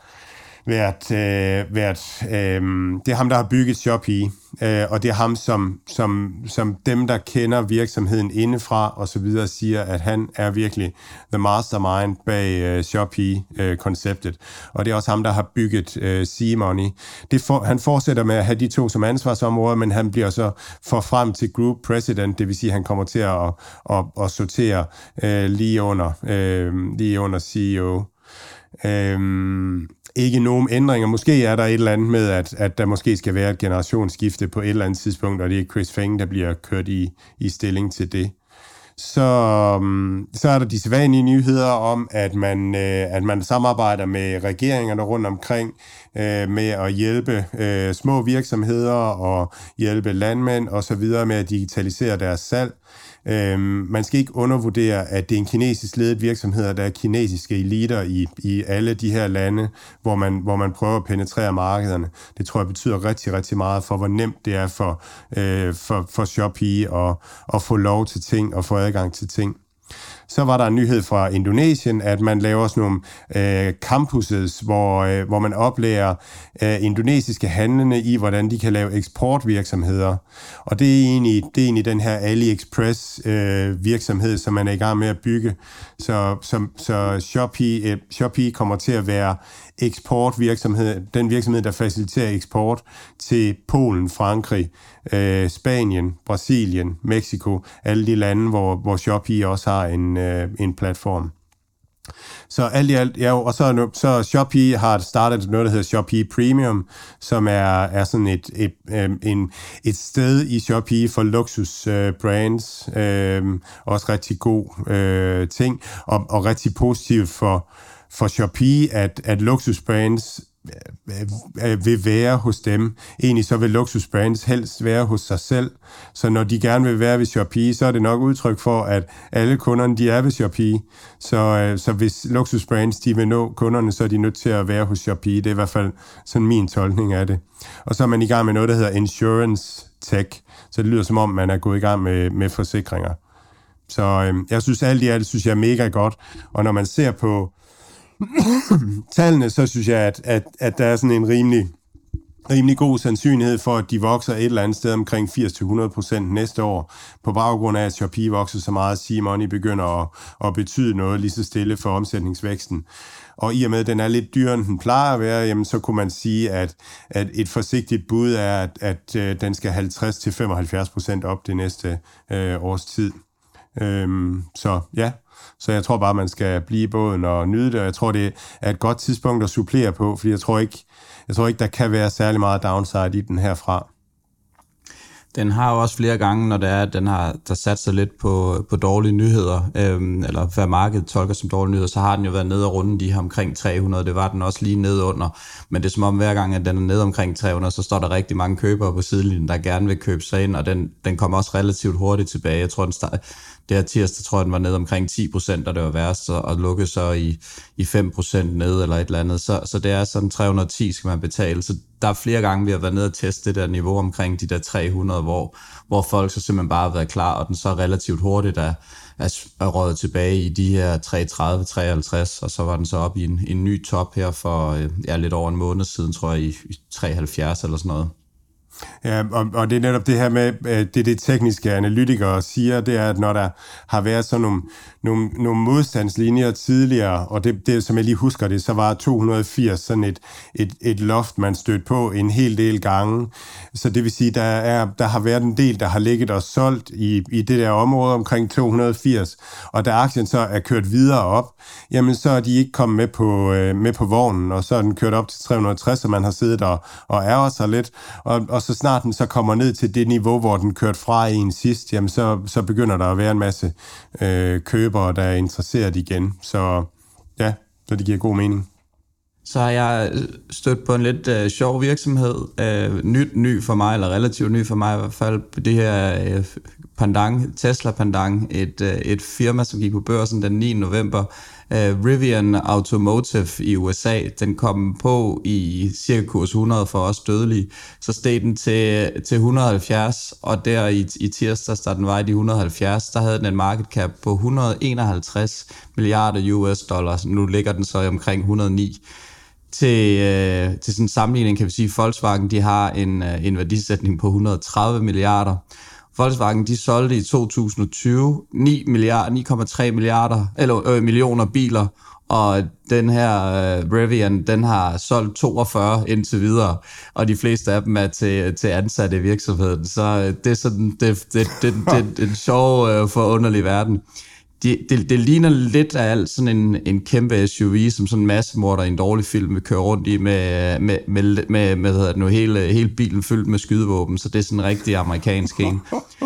det er ham, der har bygget Shopee, og det er ham, som dem, der kender virksomheden indefra og så videre, siger, at han er virkelig the mastermind bag Shopee-konceptet. Og det er også ham, der har bygget C-Money. Han fortsætter med at have de to som ansvarsområder, men han bliver så frem til Group President, det vil sige, at han kommer til at sortere lige under CEO. Ikke nogen ændringer. Måske er der et eller andet med, at der måske skal være et generationsskifte på et eller andet tidspunkt, og det er Chris Feng, der bliver kørt i stilling til det. Så er der de sædvanlige nyheder om, at man samarbejder med regeringerne rundt omkring med at hjælpe små virksomheder og hjælpe landmænd og så videre med at digitalisere deres salg. Man skal ikke undervurdere, at det er en kinesisk ledet virksomhed, der er kinesiske eliter i alle de her lande, hvor man prøver at penetrere markederne. Det tror jeg betyder rigtig, rigtig meget for, hvor nemt det er for Shopee at få lov til ting og få adgang til ting. Så var der en nyhed fra Indonesien, at man laver sådan nogle campuses, hvor man oplærer indonesiske handlende i, hvordan de kan lave eksportvirksomheder. Og det er egentlig den her AliExpress virksomhed, som man er i gang med at bygge. Så Shopee kommer til at være eksportvirksomhed, den virksomhed, der faciliterer eksport til Polen, Frankrig, Spanien, Brasilien, Mexico, alle de lande, hvor Shopee også har en platform. Så alt i alt, ja, og så Shopee har startet noget, der hedder Shopee Premium, som er sådan et sted i Shopee for luksus brands, også rigtig god ting, og rigtig positivt for Shopee, at luksusbrands vil være hos dem. Egentlig så vil luksusbrands helst være hos sig selv. Så når de gerne vil være ved Shopee, så er det nok udtryk for, at alle kunderne, de er ved Shopee. Så hvis luksusbrands, de vil nå kunderne, så er de nødt til at være hos Shopee. Det er i hvert fald sådan min tolkning af det. Og så er man i gang med noget, der hedder Insurance Tech. Så det lyder som om, man er gået i gang med forsikringer. Så jeg synes alt i alt, synes jeg er mega godt. Og når man ser på tallene, så synes jeg, at der er sådan en rimelig god sandsynlighed for, at de vokser et eller andet sted omkring 80-100% næste år, på baggrund af, at Shopee vokser så meget, at C-Money begynder at betyde noget lige så stille for omsætningsvæksten. Og i og med, at den er lidt dyrere, end den plejer at være, jamen, så kunne man sige, at et forsigtigt bud er, at den skal 50-75% op det næste års tid. Så ja. Så jeg tror bare, man skal blive i båden og nyde det, og jeg tror, det er et godt tidspunkt at supplere på, fordi jeg tror ikke, der kan være særlig meget downside i den herfra. Den har jo også flere gange, når det er, at den har der sat sig lidt på dårlige nyheder, eller hvad markedet tolker som dårlige nyheder, så har den jo været nede og runde de her omkring 300. Det var den også lige nede under. Men det er som om hver gang, at den er nede omkring 300, så står der rigtig mange købere på sidelinjen, der gerne vil købe sig ind, og den kommer også relativt hurtigt tilbage. Jeg tror, det her tirsdag, tror jeg, den var nede omkring 10%, og det var værst, og lukkede så i 5% nede eller et eller andet. Så det er sådan 310 skal man betale. Så der er flere gange, vi har været nede og teste det der niveau omkring de der 300, hvor folk så simpelthen bare har været klar, og den så relativt hurtigt er røget tilbage i de her 330-53, og så var den så op i en ny top her for lidt over en måned siden, tror jeg, i 73 eller sådan noget. Ja, og det er netop det her med, det tekniske analytikere siger, det er, at når der har været sådan nogle modstandslinjer tidligere, og det som jeg lige husker det, så var 280 sådan et loft, man stødte på en hel del gange. Så det vil sige, der har været en del, der har ligget og solgt i det der område omkring 280, og da aktien så er kørt videre op, jamen så er de ikke kommet med på vognen, og så er den kørt op til 360, og man har siddet og ærger sig lidt, og så snart den så kommer ned til det niveau, hvor den kørte fra en sidst, jamen så begynder der at være en masse købere, der er interesseret igen. Så ja, så det giver god mening. Så har jeg stødt på en lidt sjov virksomhed, ny for mig, eller relativt ny for mig i hvert fald, det her Tesla Pendant, et firma, som gik på børsen den 9. november. Rivian Automotive i USA, den kom på i cirka kurs 100 for os dødelige, så steg den til 170, og der i tirsdags, da den var i de 170, der havde den en market cap på 151 milliarder US dollars. Nu ligger den så omkring 109. Til sådan en sammenligning kan vi sige, at Volkswagen de har en værdisætning på 130 milliarder. Volkswagen de solgte i 2020 9,3 millioner biler, og den her Rivian, den har solgt 42 indtil videre, og de fleste af dem er til ansatte i virksomheden. Så det er sådan det er en sjov forunderlig verden. Det ligner lidt af alt sådan en kæmpe SUV, som sådan en massemorder i en dårlig film vil køre rundt i med hele bilen fyldt med skydevåben, så det er sådan en rigtig amerikansk en.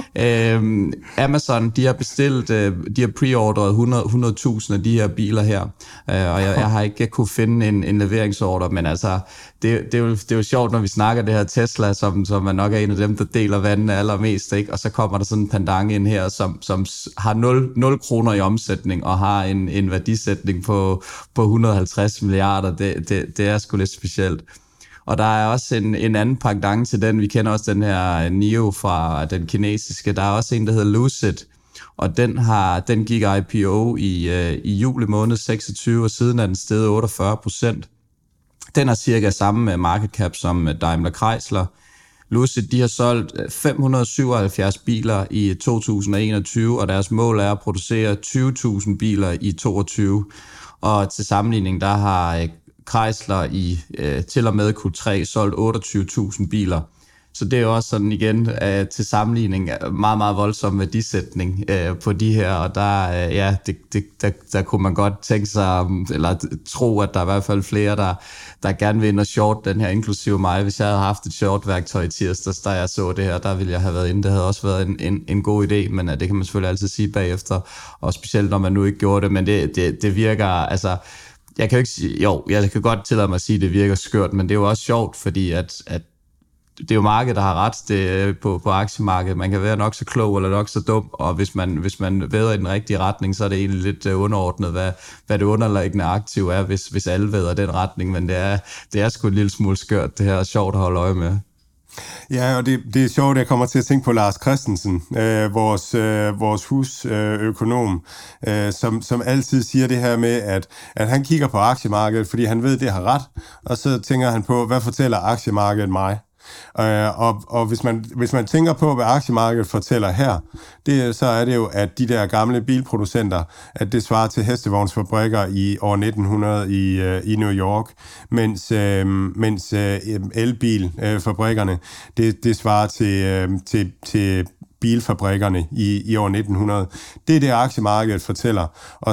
Amazon, de har bestilt, de har preordret 100.000 af de her biler her, og jeg har ikke kunne finde en leveringsordre, men altså, det er jo sjovt, når vi snakker det her Tesla, som man nok er en af dem, der deler vandene allermest, ikke? Og så kommer der sådan en pendant ind her, som har 0 kroner i omsætning, og har en værdisætning på 150 milliarder. Det er sgu lidt specielt. Og der er også en anden pendant til den. Vi kender også den her NIO fra den kinesiske. Der er også en, der hedder Lucid, og den gik IPO i juli måned 26, og siden er den steget 48%. Den har cirka samme market cap som Daimler Chrysler. Lucid, de har solgt 577 biler i 2021, og deres mål er at producere 20.000 biler i 2022. Og til sammenligning, der har Chrysler til og med Q3 solgt 28.000 biler. Så det er jo også sådan igen til sammenligning meget, meget voldsom værdisætning på de her, og der kunne man godt tænke sig, eller tro, at der er i hvert fald flere, der gerne vil ind og short den her, inklusive mig. Hvis jeg havde haft et short-værktøj i tirsdags, da jeg så det her, der ville jeg have været inde. Det havde også været en god idé, men det kan man selvfølgelig altid sige bagefter, og specielt når man nu ikke gjorde det, men det virker, altså, jeg kan jo ikke sige, jeg kan godt tillade mig at sige, at det virker skørt, men det er jo også sjovt, fordi at det er jo markedet, der har ret det på aktiemarkedet. Man kan være nok så klog eller nok så dum, og hvis man væder i den rigtige retning, så er det egentlig lidt underordnet, hvad det underliggende aktiv er, hvis alle væder den retning. Men det er sgu en lille smule skørt, det her er sjovt at holde øje med. Ja, og det er sjovt, jeg kommer til at tænke på Lars Christensen, vores husøkonom, som altid siger det her med, at han kigger på aktiemarkedet, fordi han ved, det har ret, og så tænker han på, hvad fortæller aktiemarkedet mig? Og hvis man tænker på, hvad aktiemarkedet fortæller her, så er det jo, at de der gamle bilproducenter, at det svarer til hestevognsfabrikker i år 1900 i New York, mens elbilfabrikkerne, det svarer til bilfabrikkerne i år 1900. Det er det, aktiemarkedet fortæller. Og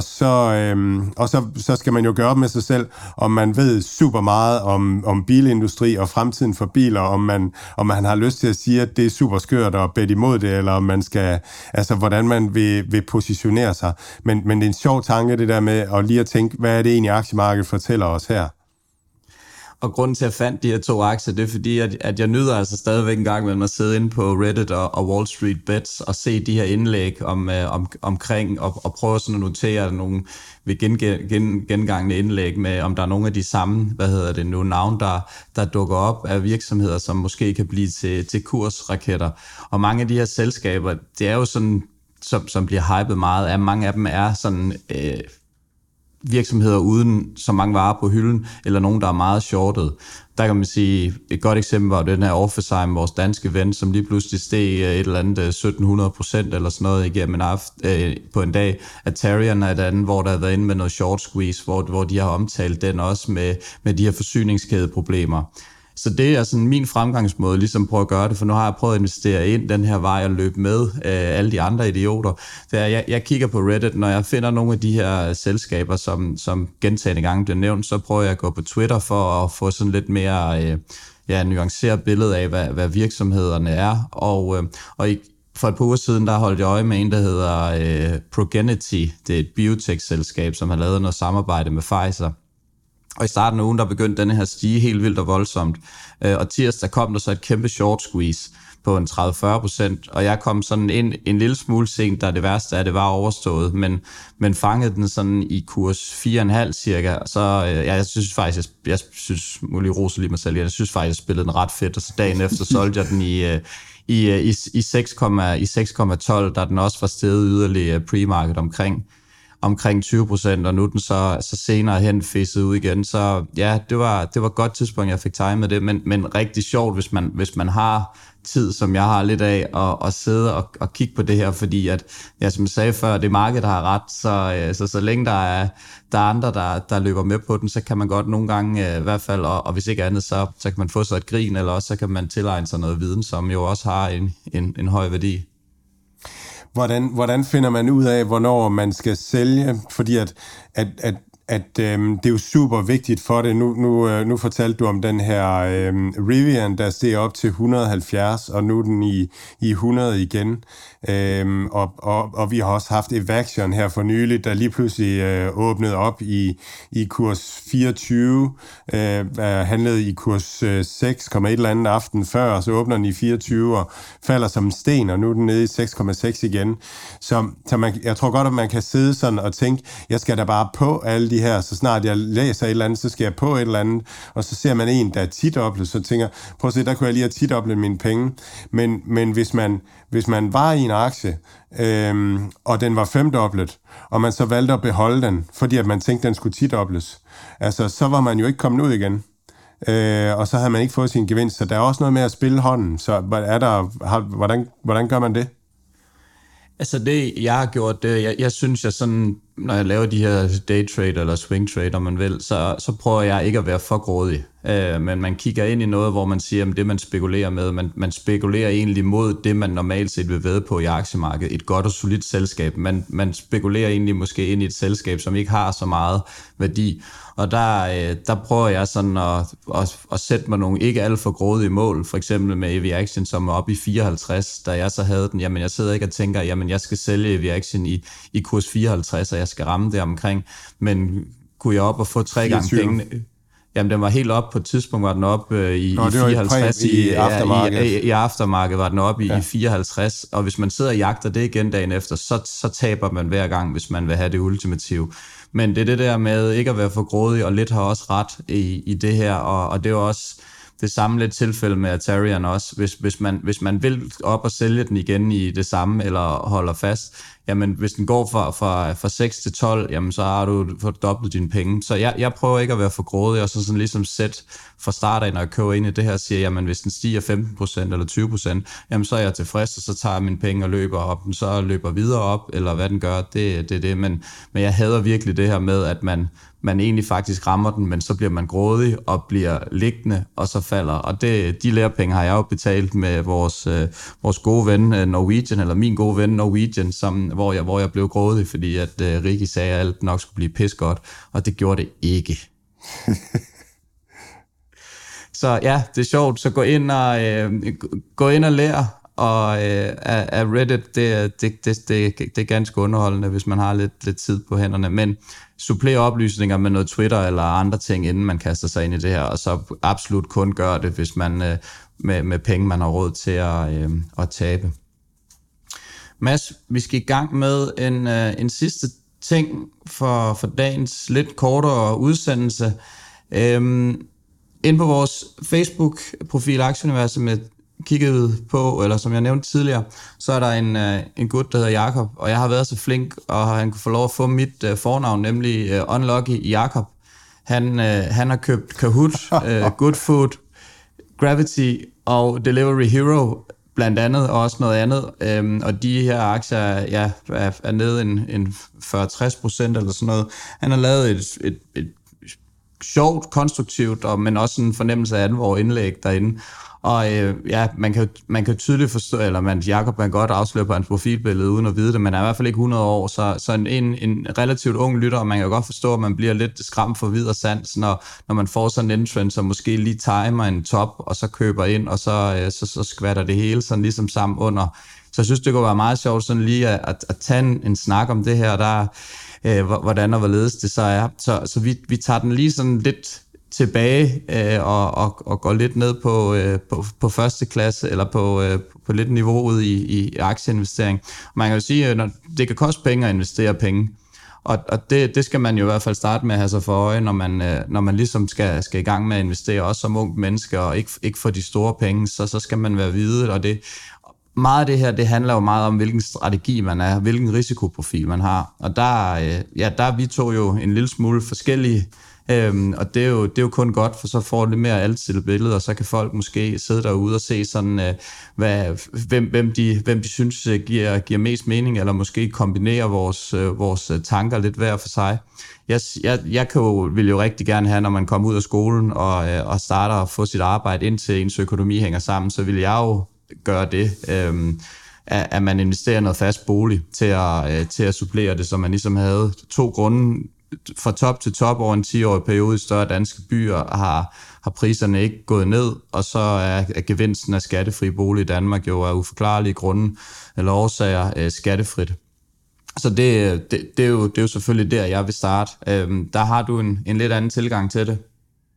så skal man jo gøre op med sig selv, om man ved super meget om bilindustri og fremtiden for biler, om man har lyst til at sige, at det er super skørt og bedt imod det, eller om man skal, altså hvordan man vil positionere sig. Men det er en sjov tanke, det der med at lige at tænke, hvad er det egentlig, aktiemarkedet fortæller os her? Og grunden til, at jeg fandt de her to aktier, det er fordi, at jeg nyder altså stadigvæk en gang med at sidde inde på Reddit og Wall Street Bets og se de her indlæg omkring og prøve sådan at notere nogle ved gengangende indlæg med, om der er nogle af de samme, navne, der dukker op af virksomheder, som måske kan blive til kursraketter. Og mange af de her selskaber, det er jo sådan, som bliver hypet meget af, mange af dem er sådan virksomheder uden så mange varer på hylden, eller nogen, der er meget shortet. Der kan man sige, et godt eksempel var den her Orpheusheim, vores danske ven, som lige pludselig steg et eller andet 1700% eller sådan noget igennem på en dag. Atarian er et andet, hvor der har været inde med noget short squeeze, hvor de har omtalt den også med de her forsyningskædeproblemer. Så det er sådan min fremgangsmåde, ligesom prøve at gøre det, for nu har jeg prøvet at investere ind den her vej og løbe med alle de andre idioter. Jeg kigger på Reddit, når jeg finder nogle af de her selskaber, som gentagne gange bliver nævnt, så prøver jeg at gå på Twitter for at få sådan lidt mere nuanceret billede af, hvad virksomhederne er. Og for et par uger siden, der holdt jeg øje med en, der hedder Progenity. Det er et biotech-selskab, som har lavet noget samarbejde med Pfizer. Og i starten af ugen, der begyndte denne her at stige helt vildt og voldsomt. Og tirsdag kom der så et kæmpe short squeeze på en 30-40%, og jeg kom sådan ind en lille smule sent, der det værste af det var overstået, men fangede den sådan i kurs 4,5 cirka, og så jeg synes faktisk, jeg synes muligt rose lige mig selv, jeg synes faktisk, jeg spillede den ret fedt, og så dagen efter solgte jeg den i 6,12, der den også var steget yderligere pre-market omkring 20%, og nu er den så senere hen fisset ud igen. Så ja, det var et godt tidspunkt, jeg fik timet det, men rigtig sjovt, hvis man har tid, som jeg har lidt af, at sidde og kigge på det her, fordi at, ja, som jeg sagde før, det marked, der har ret, så længe der er andre, der løber med på den, så kan man godt nogle gange i hvert fald, og hvis ikke andet, så kan man få sig et grin, eller også så kan man tilegne sig noget viden, som jo også har en høj værdi. Hvordan finder man ud af, hvornår man skal sælge? Fordi at det er jo super vigtigt for det. Nu fortalte du om den her Rivian, der steg op til 170, og nu er den i 100 igen. Og vi har også haft Evaxion her for nylig, der lige pludselig åbnede op i kurs 24, handlede i kurs 6, et eller andet aften før, og så åbner den i 24 og falder som en sten, og nu er den nede i 6,6 igen. Så jeg tror godt, at man kan sidde sådan og tænke, jeg skal da bare på alle de her, så snart jeg læser et eller andet, så skal jeg på et eller andet, og så ser man en, der er tidoblet, så tænker, prøv at se, der kunne jeg lige have tidoblet mine penge. Men hvis man var i en aktie, og den var femdoblet, og man så valgte at beholde den, fordi at man tænkte, den skulle tidobles, altså, så var man jo ikke kommet ud igen. Og så havde man ikke fået sin gevinst, så der er også noget med at spille hånden. Så hvordan gør man det? Altså det, jeg har gjort, det, jeg synes, jeg sådan, når jeg laver de her daytrade eller swing trade, om man vil, så prøver jeg ikke at være for grådig. Men man kigger ind i noget, hvor man siger, at det man spekulerer med, man spekulerer egentlig mod det, man normalt set vil vædde på i aktiemarkedet. Et godt og solidt selskab. Man spekulerer egentlig måske ind i et selskab, som ikke har så meget værdi. Og der prøver jeg sådan at sætte mig nogle ikke alt for grådige mål, for eksempel med Evaxion, som er oppe i 54, da jeg så havde den. Jamen jeg sidder ikke og tænker, jamen jeg skal sælge Evaxion i kurs 54, og jeg skal ramme det omkring. Men kunne jeg op og få 3 gange pengene? Jamen, den var helt op på et tidspunkt, var den op i 54. I aftermarkedet var den op i 54. Og hvis man sidder og jagter det igen dagen efter, så taber man hver gang, hvis man vil have det ultimative. Men det er det der med ikke at være for grådig, og lidt har også ret i det her. Og det er også det samme lidt tilfælde med Atarian også. Hvis man vil op og sælge den igen i det samme, eller holder fast, jamen hvis den går fra 6 til 12, jamen så har du fordoblet dine penge. Så jeg prøver ikke at være for grådig, og så sådan ligesom sæt fra start af, når jeg køber ind i det her, siger, jamen hvis den stiger 15% eller 20%, jamen så er jeg tilfreds, og så tager jeg mine penge og løber op, den så løber videre op, eller hvad den gør, det er det. Men jeg hader virkelig det her med, at man egentlig faktisk rammer den, men så bliver man grådig og bliver liggende, og så falder. Og de lærepenge har jeg jo betalt med vores gode ven Norwegian, eller min gode ven Norwegian, hvor jeg blev grådig, fordi at Ricky sagde, at alt nok skulle blive pis godt, og det gjorde det ikke. Så ja, det er sjovt, så gå ind og lær, og af Reddit, det er ganske underholdende, hvis man har lidt tid på hænderne, men supplér oplysninger med noget Twitter eller andre ting, inden man kaster sig ind i det her, og så absolut kun gør det, hvis man med penge, man har råd til at tabe. Mads, vi skal i gang med en sidste ting for dagens lidt kortere udsendelse. Inde på vores Facebook-profil Aktieuniverset med kigget på, eller som jeg nævnte tidligere, så er der en gut, der hedder Jakob, og jeg har været så flink, og han kunne få lov at få mit fornavn, nemlig Unlucky Jakob. Han har købt Kahoot, Good Food, Gravity og Delivery Hero, blandt andet, og også noget andet. Og de her aktier er nede en 40-60% eller sådan noget. Han har lavet et sjovt, konstruktivt, men også en fornemmelse af alvor indlæg derinde. Og man kan tydeligt forstå, eller Jakob kan godt afsløre på hans profilbillede uden at vide det, men er i hvert fald ikke 100 år, så en relativt ung lytter, og man kan godt forstå, at man bliver lidt skræmt for vid og sans, når man får sådan en entrance, så måske lige timer en top, og så køber ind, og så skvatter det hele sådan ligesom sammen under. Så jeg synes, det kunne være meget sjovt sådan lige at tage en snak om det her. Der hvordan og hvorledes det så er. Så vi tager den lige sådan lidt tilbage og går lidt ned på første klasse, eller på lidt niveauet i aktieinvestering. Man kan jo sige, at det kan koste penge at investere penge, og det skal man jo i hvert fald starte med at have sig for øje, når man ligesom skal i gang med at investere, også som ung menneske, og ikke for de store penge, så skal man være vide, og meget af det her, det handler jo meget om, hvilken strategi man er, hvilken risikoprofil man har, og der er vi to jo en lille smule forskellige. Og det er jo kun godt, for så får det mere alsidigt billede, og så kan folk måske sidde derude og se sådan, hvem de synes giver mest mening, eller måske kombinere vores tanker lidt hver for sig. Jeg vil jo rigtig gerne have, når man kommer ud af skolen og starter at få sit arbejde, indtil ens økonomi hænger sammen, så vil jeg jo gøre det, at man investerer noget fast bolig til at supplere det, så man ligesom havde 2 grunde. Fra top til top over en 10-årig periode i større danske byer har priserne ikke gået ned, og så er gevinsten af skattefri bolig i Danmark jo af uforklarlige grunde eller årsager skattefrit. Så det er jo selvfølgelig der, jeg vil starte. Der har du en lidt anden tilgang til det.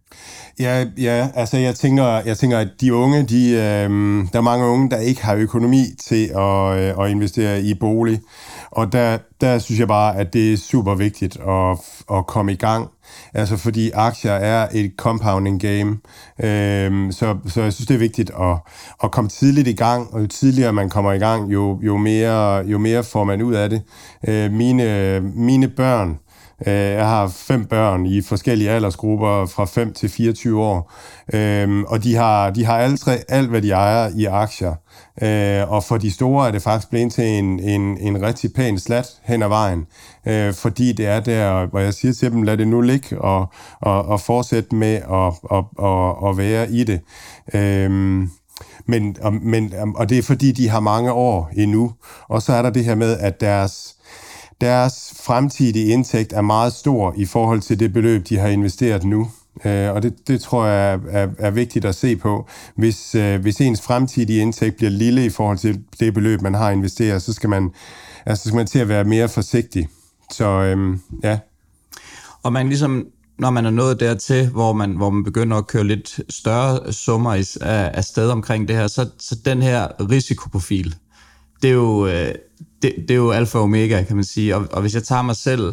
Ja, altså jeg tænker, at de unge, der er mange unge, der ikke har økonomi til at investere i bolig, og der synes jeg bare, at det er super vigtigt at komme i gang, altså fordi aktier er et compounding game, så jeg synes, det er vigtigt at komme tidligt i gang, og jo tidligere man kommer i gang, jo mere får man ud af det. Mine børn, jeg har 5 børn i forskellige aldersgrupper fra 5 til 24 år, og de har alle 3 alt, hvad de ejer i aktier. Og for de store er det faktisk blevet til en rigtig pæn slat hen ad vejen, fordi det er der, hvor jeg siger til dem, lad det nu ligge og fortsætte med at være i det. Og det er fordi, de har mange år endnu. Og så er der det her med, at deres fremtidige indtægt er meget stor i forhold til det beløb, de har investeret nu. Og det tror jeg er vigtigt at se på. Hvis ens fremtidige indtægt bliver lille i forhold til det beløb, man har investeret, så skal man til at være mere forsigtig. Så ja. Og man ligesom, når man er nået dertil, hvor man begynder at køre lidt større summer af sted omkring det her, så den her risikoprofil, det er jo alfa og omega, kan man sige. Og hvis jeg tager mig selv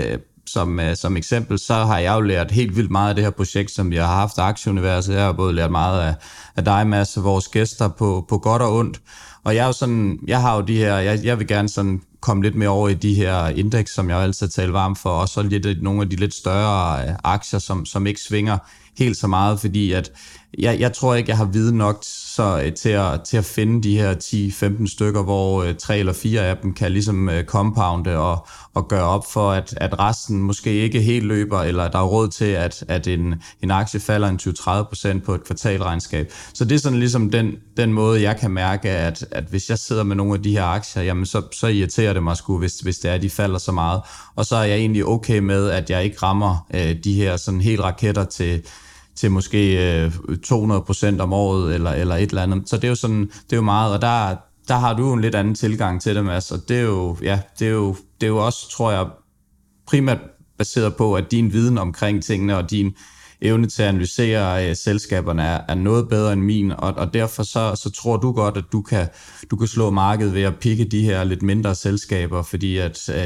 som eksempel, så har jeg jo lært helt vildt meget af det her projekt, som vi har haft, Aktieuniverset. Jeg har både lært meget af dig, Mads, og vores gæster på godt og ondt. Og jeg har jo de her, jeg vil gerne sådan komme lidt mere over i de her indeks, som jeg altid taler varmt for, og så lidt nogle af de lidt større aktier, som ikke svinger helt så meget, fordi at jeg tror ikke, jeg har viden nok til at finde de her 10-15 stykker, hvor 3 eller 4 af dem kan ligesom compounde og gøre op for, at resten måske ikke helt løber, eller der er råd til, at en aktie falder en 20-30% på et kvartalregnskab. Så det er sådan ligesom den måde, jeg kan mærke, at hvis jeg sidder med nogle af de her aktier, jamen så irriterer det mig sgu, hvis det er, de falder så meget. Og så er jeg egentlig okay med, at jeg ikke rammer de her sådan helt raketter til måske 200% om året, eller et eller andet. Så det er jo sådan, det er jo meget, og der har du en lidt anden tilgang til det, Mads, og det er jo også, tror jeg, primært baseret på, at din viden omkring tingene, og din evne til at analysere selskaberne er noget bedre end min, og derfor så tror du godt, at du kan slå markedet ved at pikke de her lidt mindre selskaber, fordi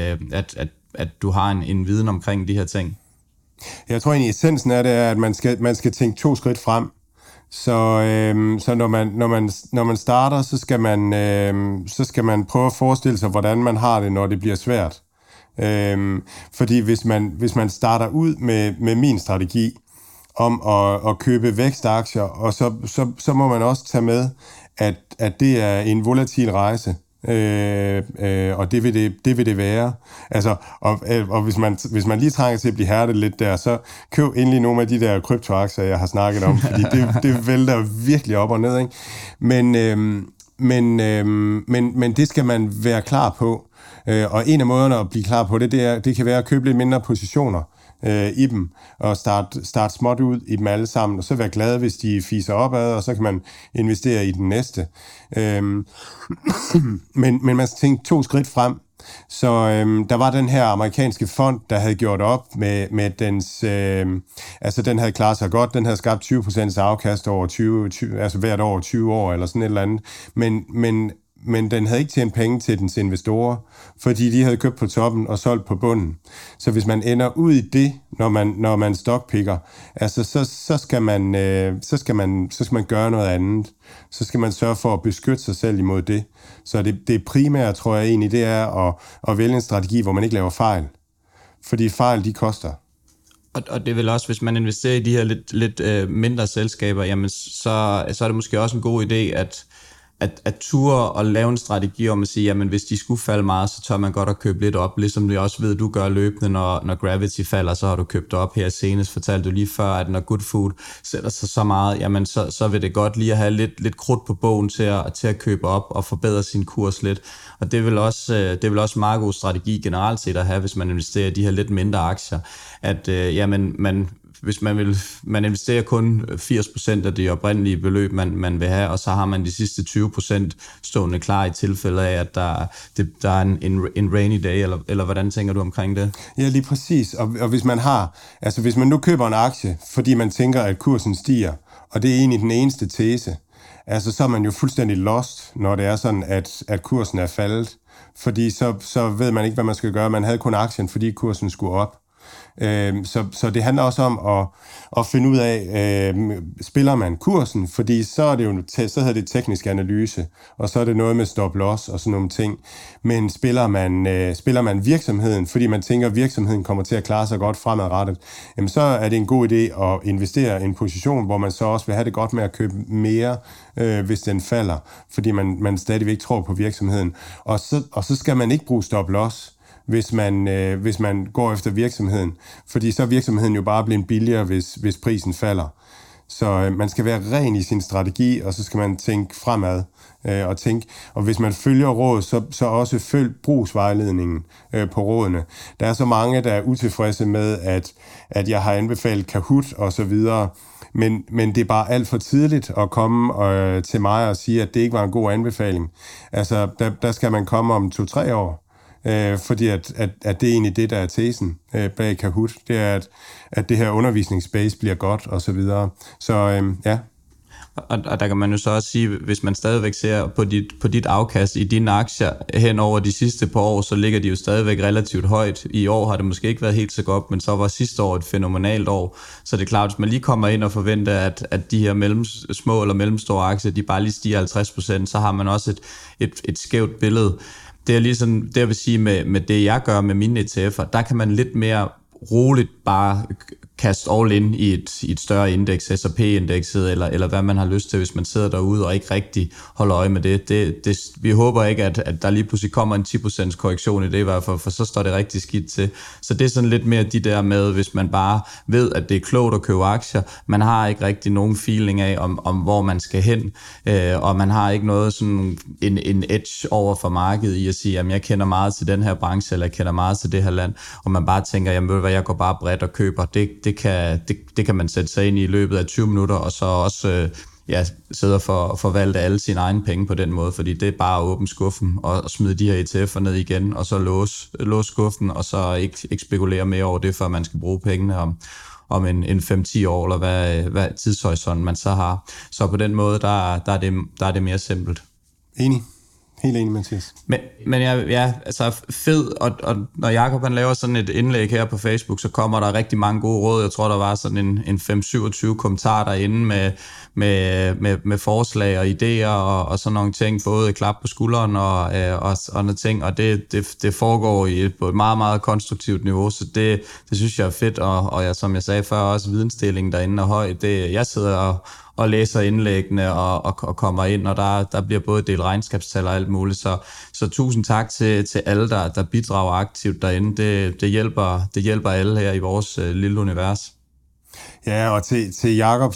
at du har en viden omkring de her ting. Jeg tror egentlig, essensen af det er, at man skal tænke 2 skridt frem. Så når man starter, så skal man prøve at forestille sig, hvordan man har det, når det bliver svært. Fordi hvis man starter ud med min strategi om at købe vækstaktier, og så må man også tage med, at det er en volatil rejse. Og det vil det være. Altså, og hvis man lige trænger til at blive hærdet lidt der, så køb endelig nogle af de der kryptoaktier, jeg har snakket om, fordi det vælter virkelig op og ned, ikke? Men det skal man være klar på. Og en af måderne at blive klar på det kan være at købe lidt mindre positioner i dem, og starte småt ud i dem alle sammen, og så være glad, hvis de fiser opad, og så kan man investere i den næste. Men man skal tænke 2 skridt frem, Så der var den her amerikanske fond, der havde gjort op med dens... altså den havde klaret sig godt, den havde skabt 20% afkast over 20, altså hvert år 20 år eller sådan et eller andet. Men den havde ikke tjent penge til dens investorer, fordi de havde købt på toppen og solgt på bunden. Så hvis man ender ud i det, når man stockpicker, altså så skal man gøre noget andet. Så skal man sørge for at beskytte sig selv imod det. Så det primære, tror jeg egentlig, det er at vælge en strategi, hvor man ikke laver fejl. Fordi fejl, de koster. Og det er vel også, hvis man investerer i de her lidt mindre selskaber, jamen så er det måske også en god idé, at ture og lave en strategi om at sige, jamen hvis de skulle falde meget, så tør man godt at købe lidt op, ligesom du også ved, du gør løbende, når Gravity falder, så har du købt op her senest, fortalte du lige før, at når Good Food sætter sig så meget, jamen så vil det godt lige at have lidt krudt på bogen til at købe op og forbedre sin kurs lidt, og det er vel også meget god strategi generelt set at have, hvis man investerer i de her lidt mindre aktier, at hvis man investerer kun 80% af det oprindelige beløb, man vil have, og så har man de sidste 20% stående klar i tilfælde af, at der er en rainy day, eller hvordan tænker du omkring det? Ja, lige præcis. Og hvis man nu køber en aktie, fordi man tænker, at kursen stiger, og det er egentlig den eneste tese, altså så er man jo fuldstændig lost, når det er sådan, at kursen er faldet. Fordi så ved man ikke, hvad man skal gøre. Man havde kun aktien, fordi kursen skulle op. Så det handler også om at finde ud af, spiller man kursen, fordi så er det jo så hedder det teknisk analyse, og så er det noget med stop loss og sådan nogle ting. Men spiller man virksomheden, fordi man tænker, at virksomheden kommer til at klare sig godt fremadrettet, jamen så er det en god idé at investere i en position, hvor man så også vil have det godt med at købe mere, hvis den falder, fordi man stadigvæk tror på virksomheden. Og så skal man ikke bruge stop loss, hvis man går efter virksomheden. Fordi så er virksomheden jo bare blevet billigere, hvis prisen falder. Så man skal være ren i sin strategi, og så skal man tænke fremad og hvis man følger råd, så også følg brugsvejledningen på rådene. Der er så mange, der er utilfredse med, at jeg har anbefalet Kahoot og så videre, men det er bare alt for tidligt at komme til mig og sige, at det ikke var en god anbefaling. Altså, der skal man komme om 2-3 år. Fordi at det er egentlig det, der er tesen bag Kahoot, det er, at det her undervisningsspace bliver godt, og så videre. Så ja. Og der kan man jo så også sige, hvis man stadigvæk ser på dit afkast i dine aktier hen over de sidste par år, så ligger de jo stadigvæk relativt højt. I år har det måske ikke været helt så godt, men så var sidste år et fænomenalt år. Så det er klart, hvis man lige kommer ind og forventer, at de her små eller mellemstore aktier, de bare lige stiger 50%, så har man også et skævt billede. Det er ligesom, det jeg vil sige med det, jeg gør med mine ETF'er, der kan man lidt mere roligt bare kaste all in i et større indeks, S&P-indekset, eller hvad man har lyst til, hvis man sidder derude og ikke rigtig holder øje med det. Vi håber ikke, at der lige pludselig kommer en 10% korrektion i det i hvert fald, for så står det rigtig skidt til. Så det er sådan lidt mere de der med, hvis man bare ved, at det er klogt at købe aktier, man har ikke rigtig nogen feeling af, om hvor man skal hen, og man har ikke noget sådan en edge over for markedet i at sige, jamen jeg kender meget til den her branche, eller jeg kender meget til det her land, og man bare tænker, jamen ved du hvad, jeg går bare bredt og køber. Det kan man sætte sig ind i løbet af 20 minutter, og så også sidde og forvalte alle sine egne penge på den måde, fordi det er bare at åbne skuffen og smide de her ETF'er ned igen, og så låse skuffen, og så ikke spekulere mere over det, før man skal bruge pengene om en 5-10 år, eller hvad tidshorisont man så har. Så på den måde, der er det mere simpelt. Enig. Helt enig, Mathias. Men altså fed, og når Jakob han laver sådan et indlæg her på Facebook, så kommer der rigtig mange gode råd. Jeg tror, der var sådan en 5-27 kommentarer derinde med forslag og idéer og sådan nogle ting, både klap på skulderen og nogle ting, og det foregår på et meget, meget konstruktivt niveau, så det synes jeg er fedt, og jeg, som jeg sagde før, også vidensdelingen derinde er høj. Jeg sidder og læser indlæggene og kommer ind, og der bliver både delt regnskabstal og alt muligt. Så tusind tak til alle, der bidrager aktivt derinde. Det hjælper alle her i vores lille univers. Ja, og til Jakob,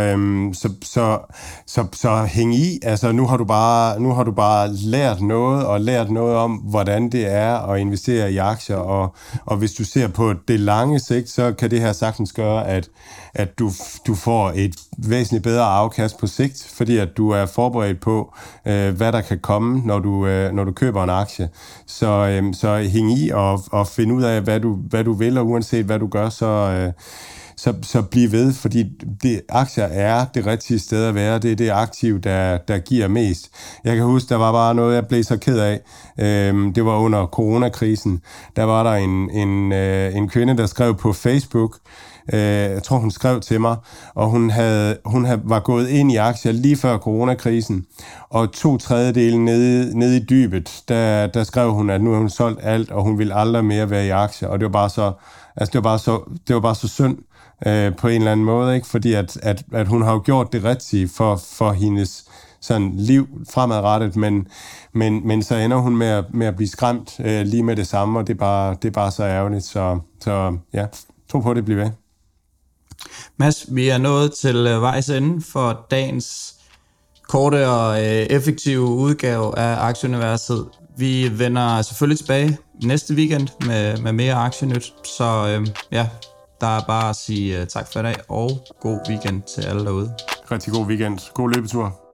så hæng i. Altså, nu har du bare lært noget om, hvordan det er at investere i aktier, og hvis du ser på det lange sigt, så kan det her sagtens gøre, at du får et væsentligt bedre afkast på sigt, fordi at du er forberedt på, hvad der kan komme, når du køber en aktie. Så hæng i og find ud af, hvad du vil, og uanset hvad du gør, så bliv ved, fordi aktier er det rigtige sted at være. Det er det aktiv, der giver mest. Jeg kan huske, der var bare noget, jeg blev så ked af. Det var under coronakrisen. Der var der en kvinde, der skrev på Facebook. Jeg tror, hun skrev til mig, og hun var gået ind i aktier lige før coronakrisen, og 2/3 nede i dybet, der skrev hun, at nu har hun solgt alt, og hun ville aldrig mere være i aktier, og det var bare så synd på en eller anden måde, ikke? Fordi at hun har jo gjort det rigtige for hendes sådan liv fremadrettet, men så ender hun med at blive skræmt lige med det samme, og det er bare så ærgerligt, så ja, tro på det, bliver ved. Mads, vi er nået til vejs ende for dagens korte og effektive udgave af Aktieuniverset. Vi vender selvfølgelig tilbage næste weekend med mere aktienyt, så der er bare at sige tak for i dag, og god weekend til alle derude. Rigtig god weekend. God løbetur.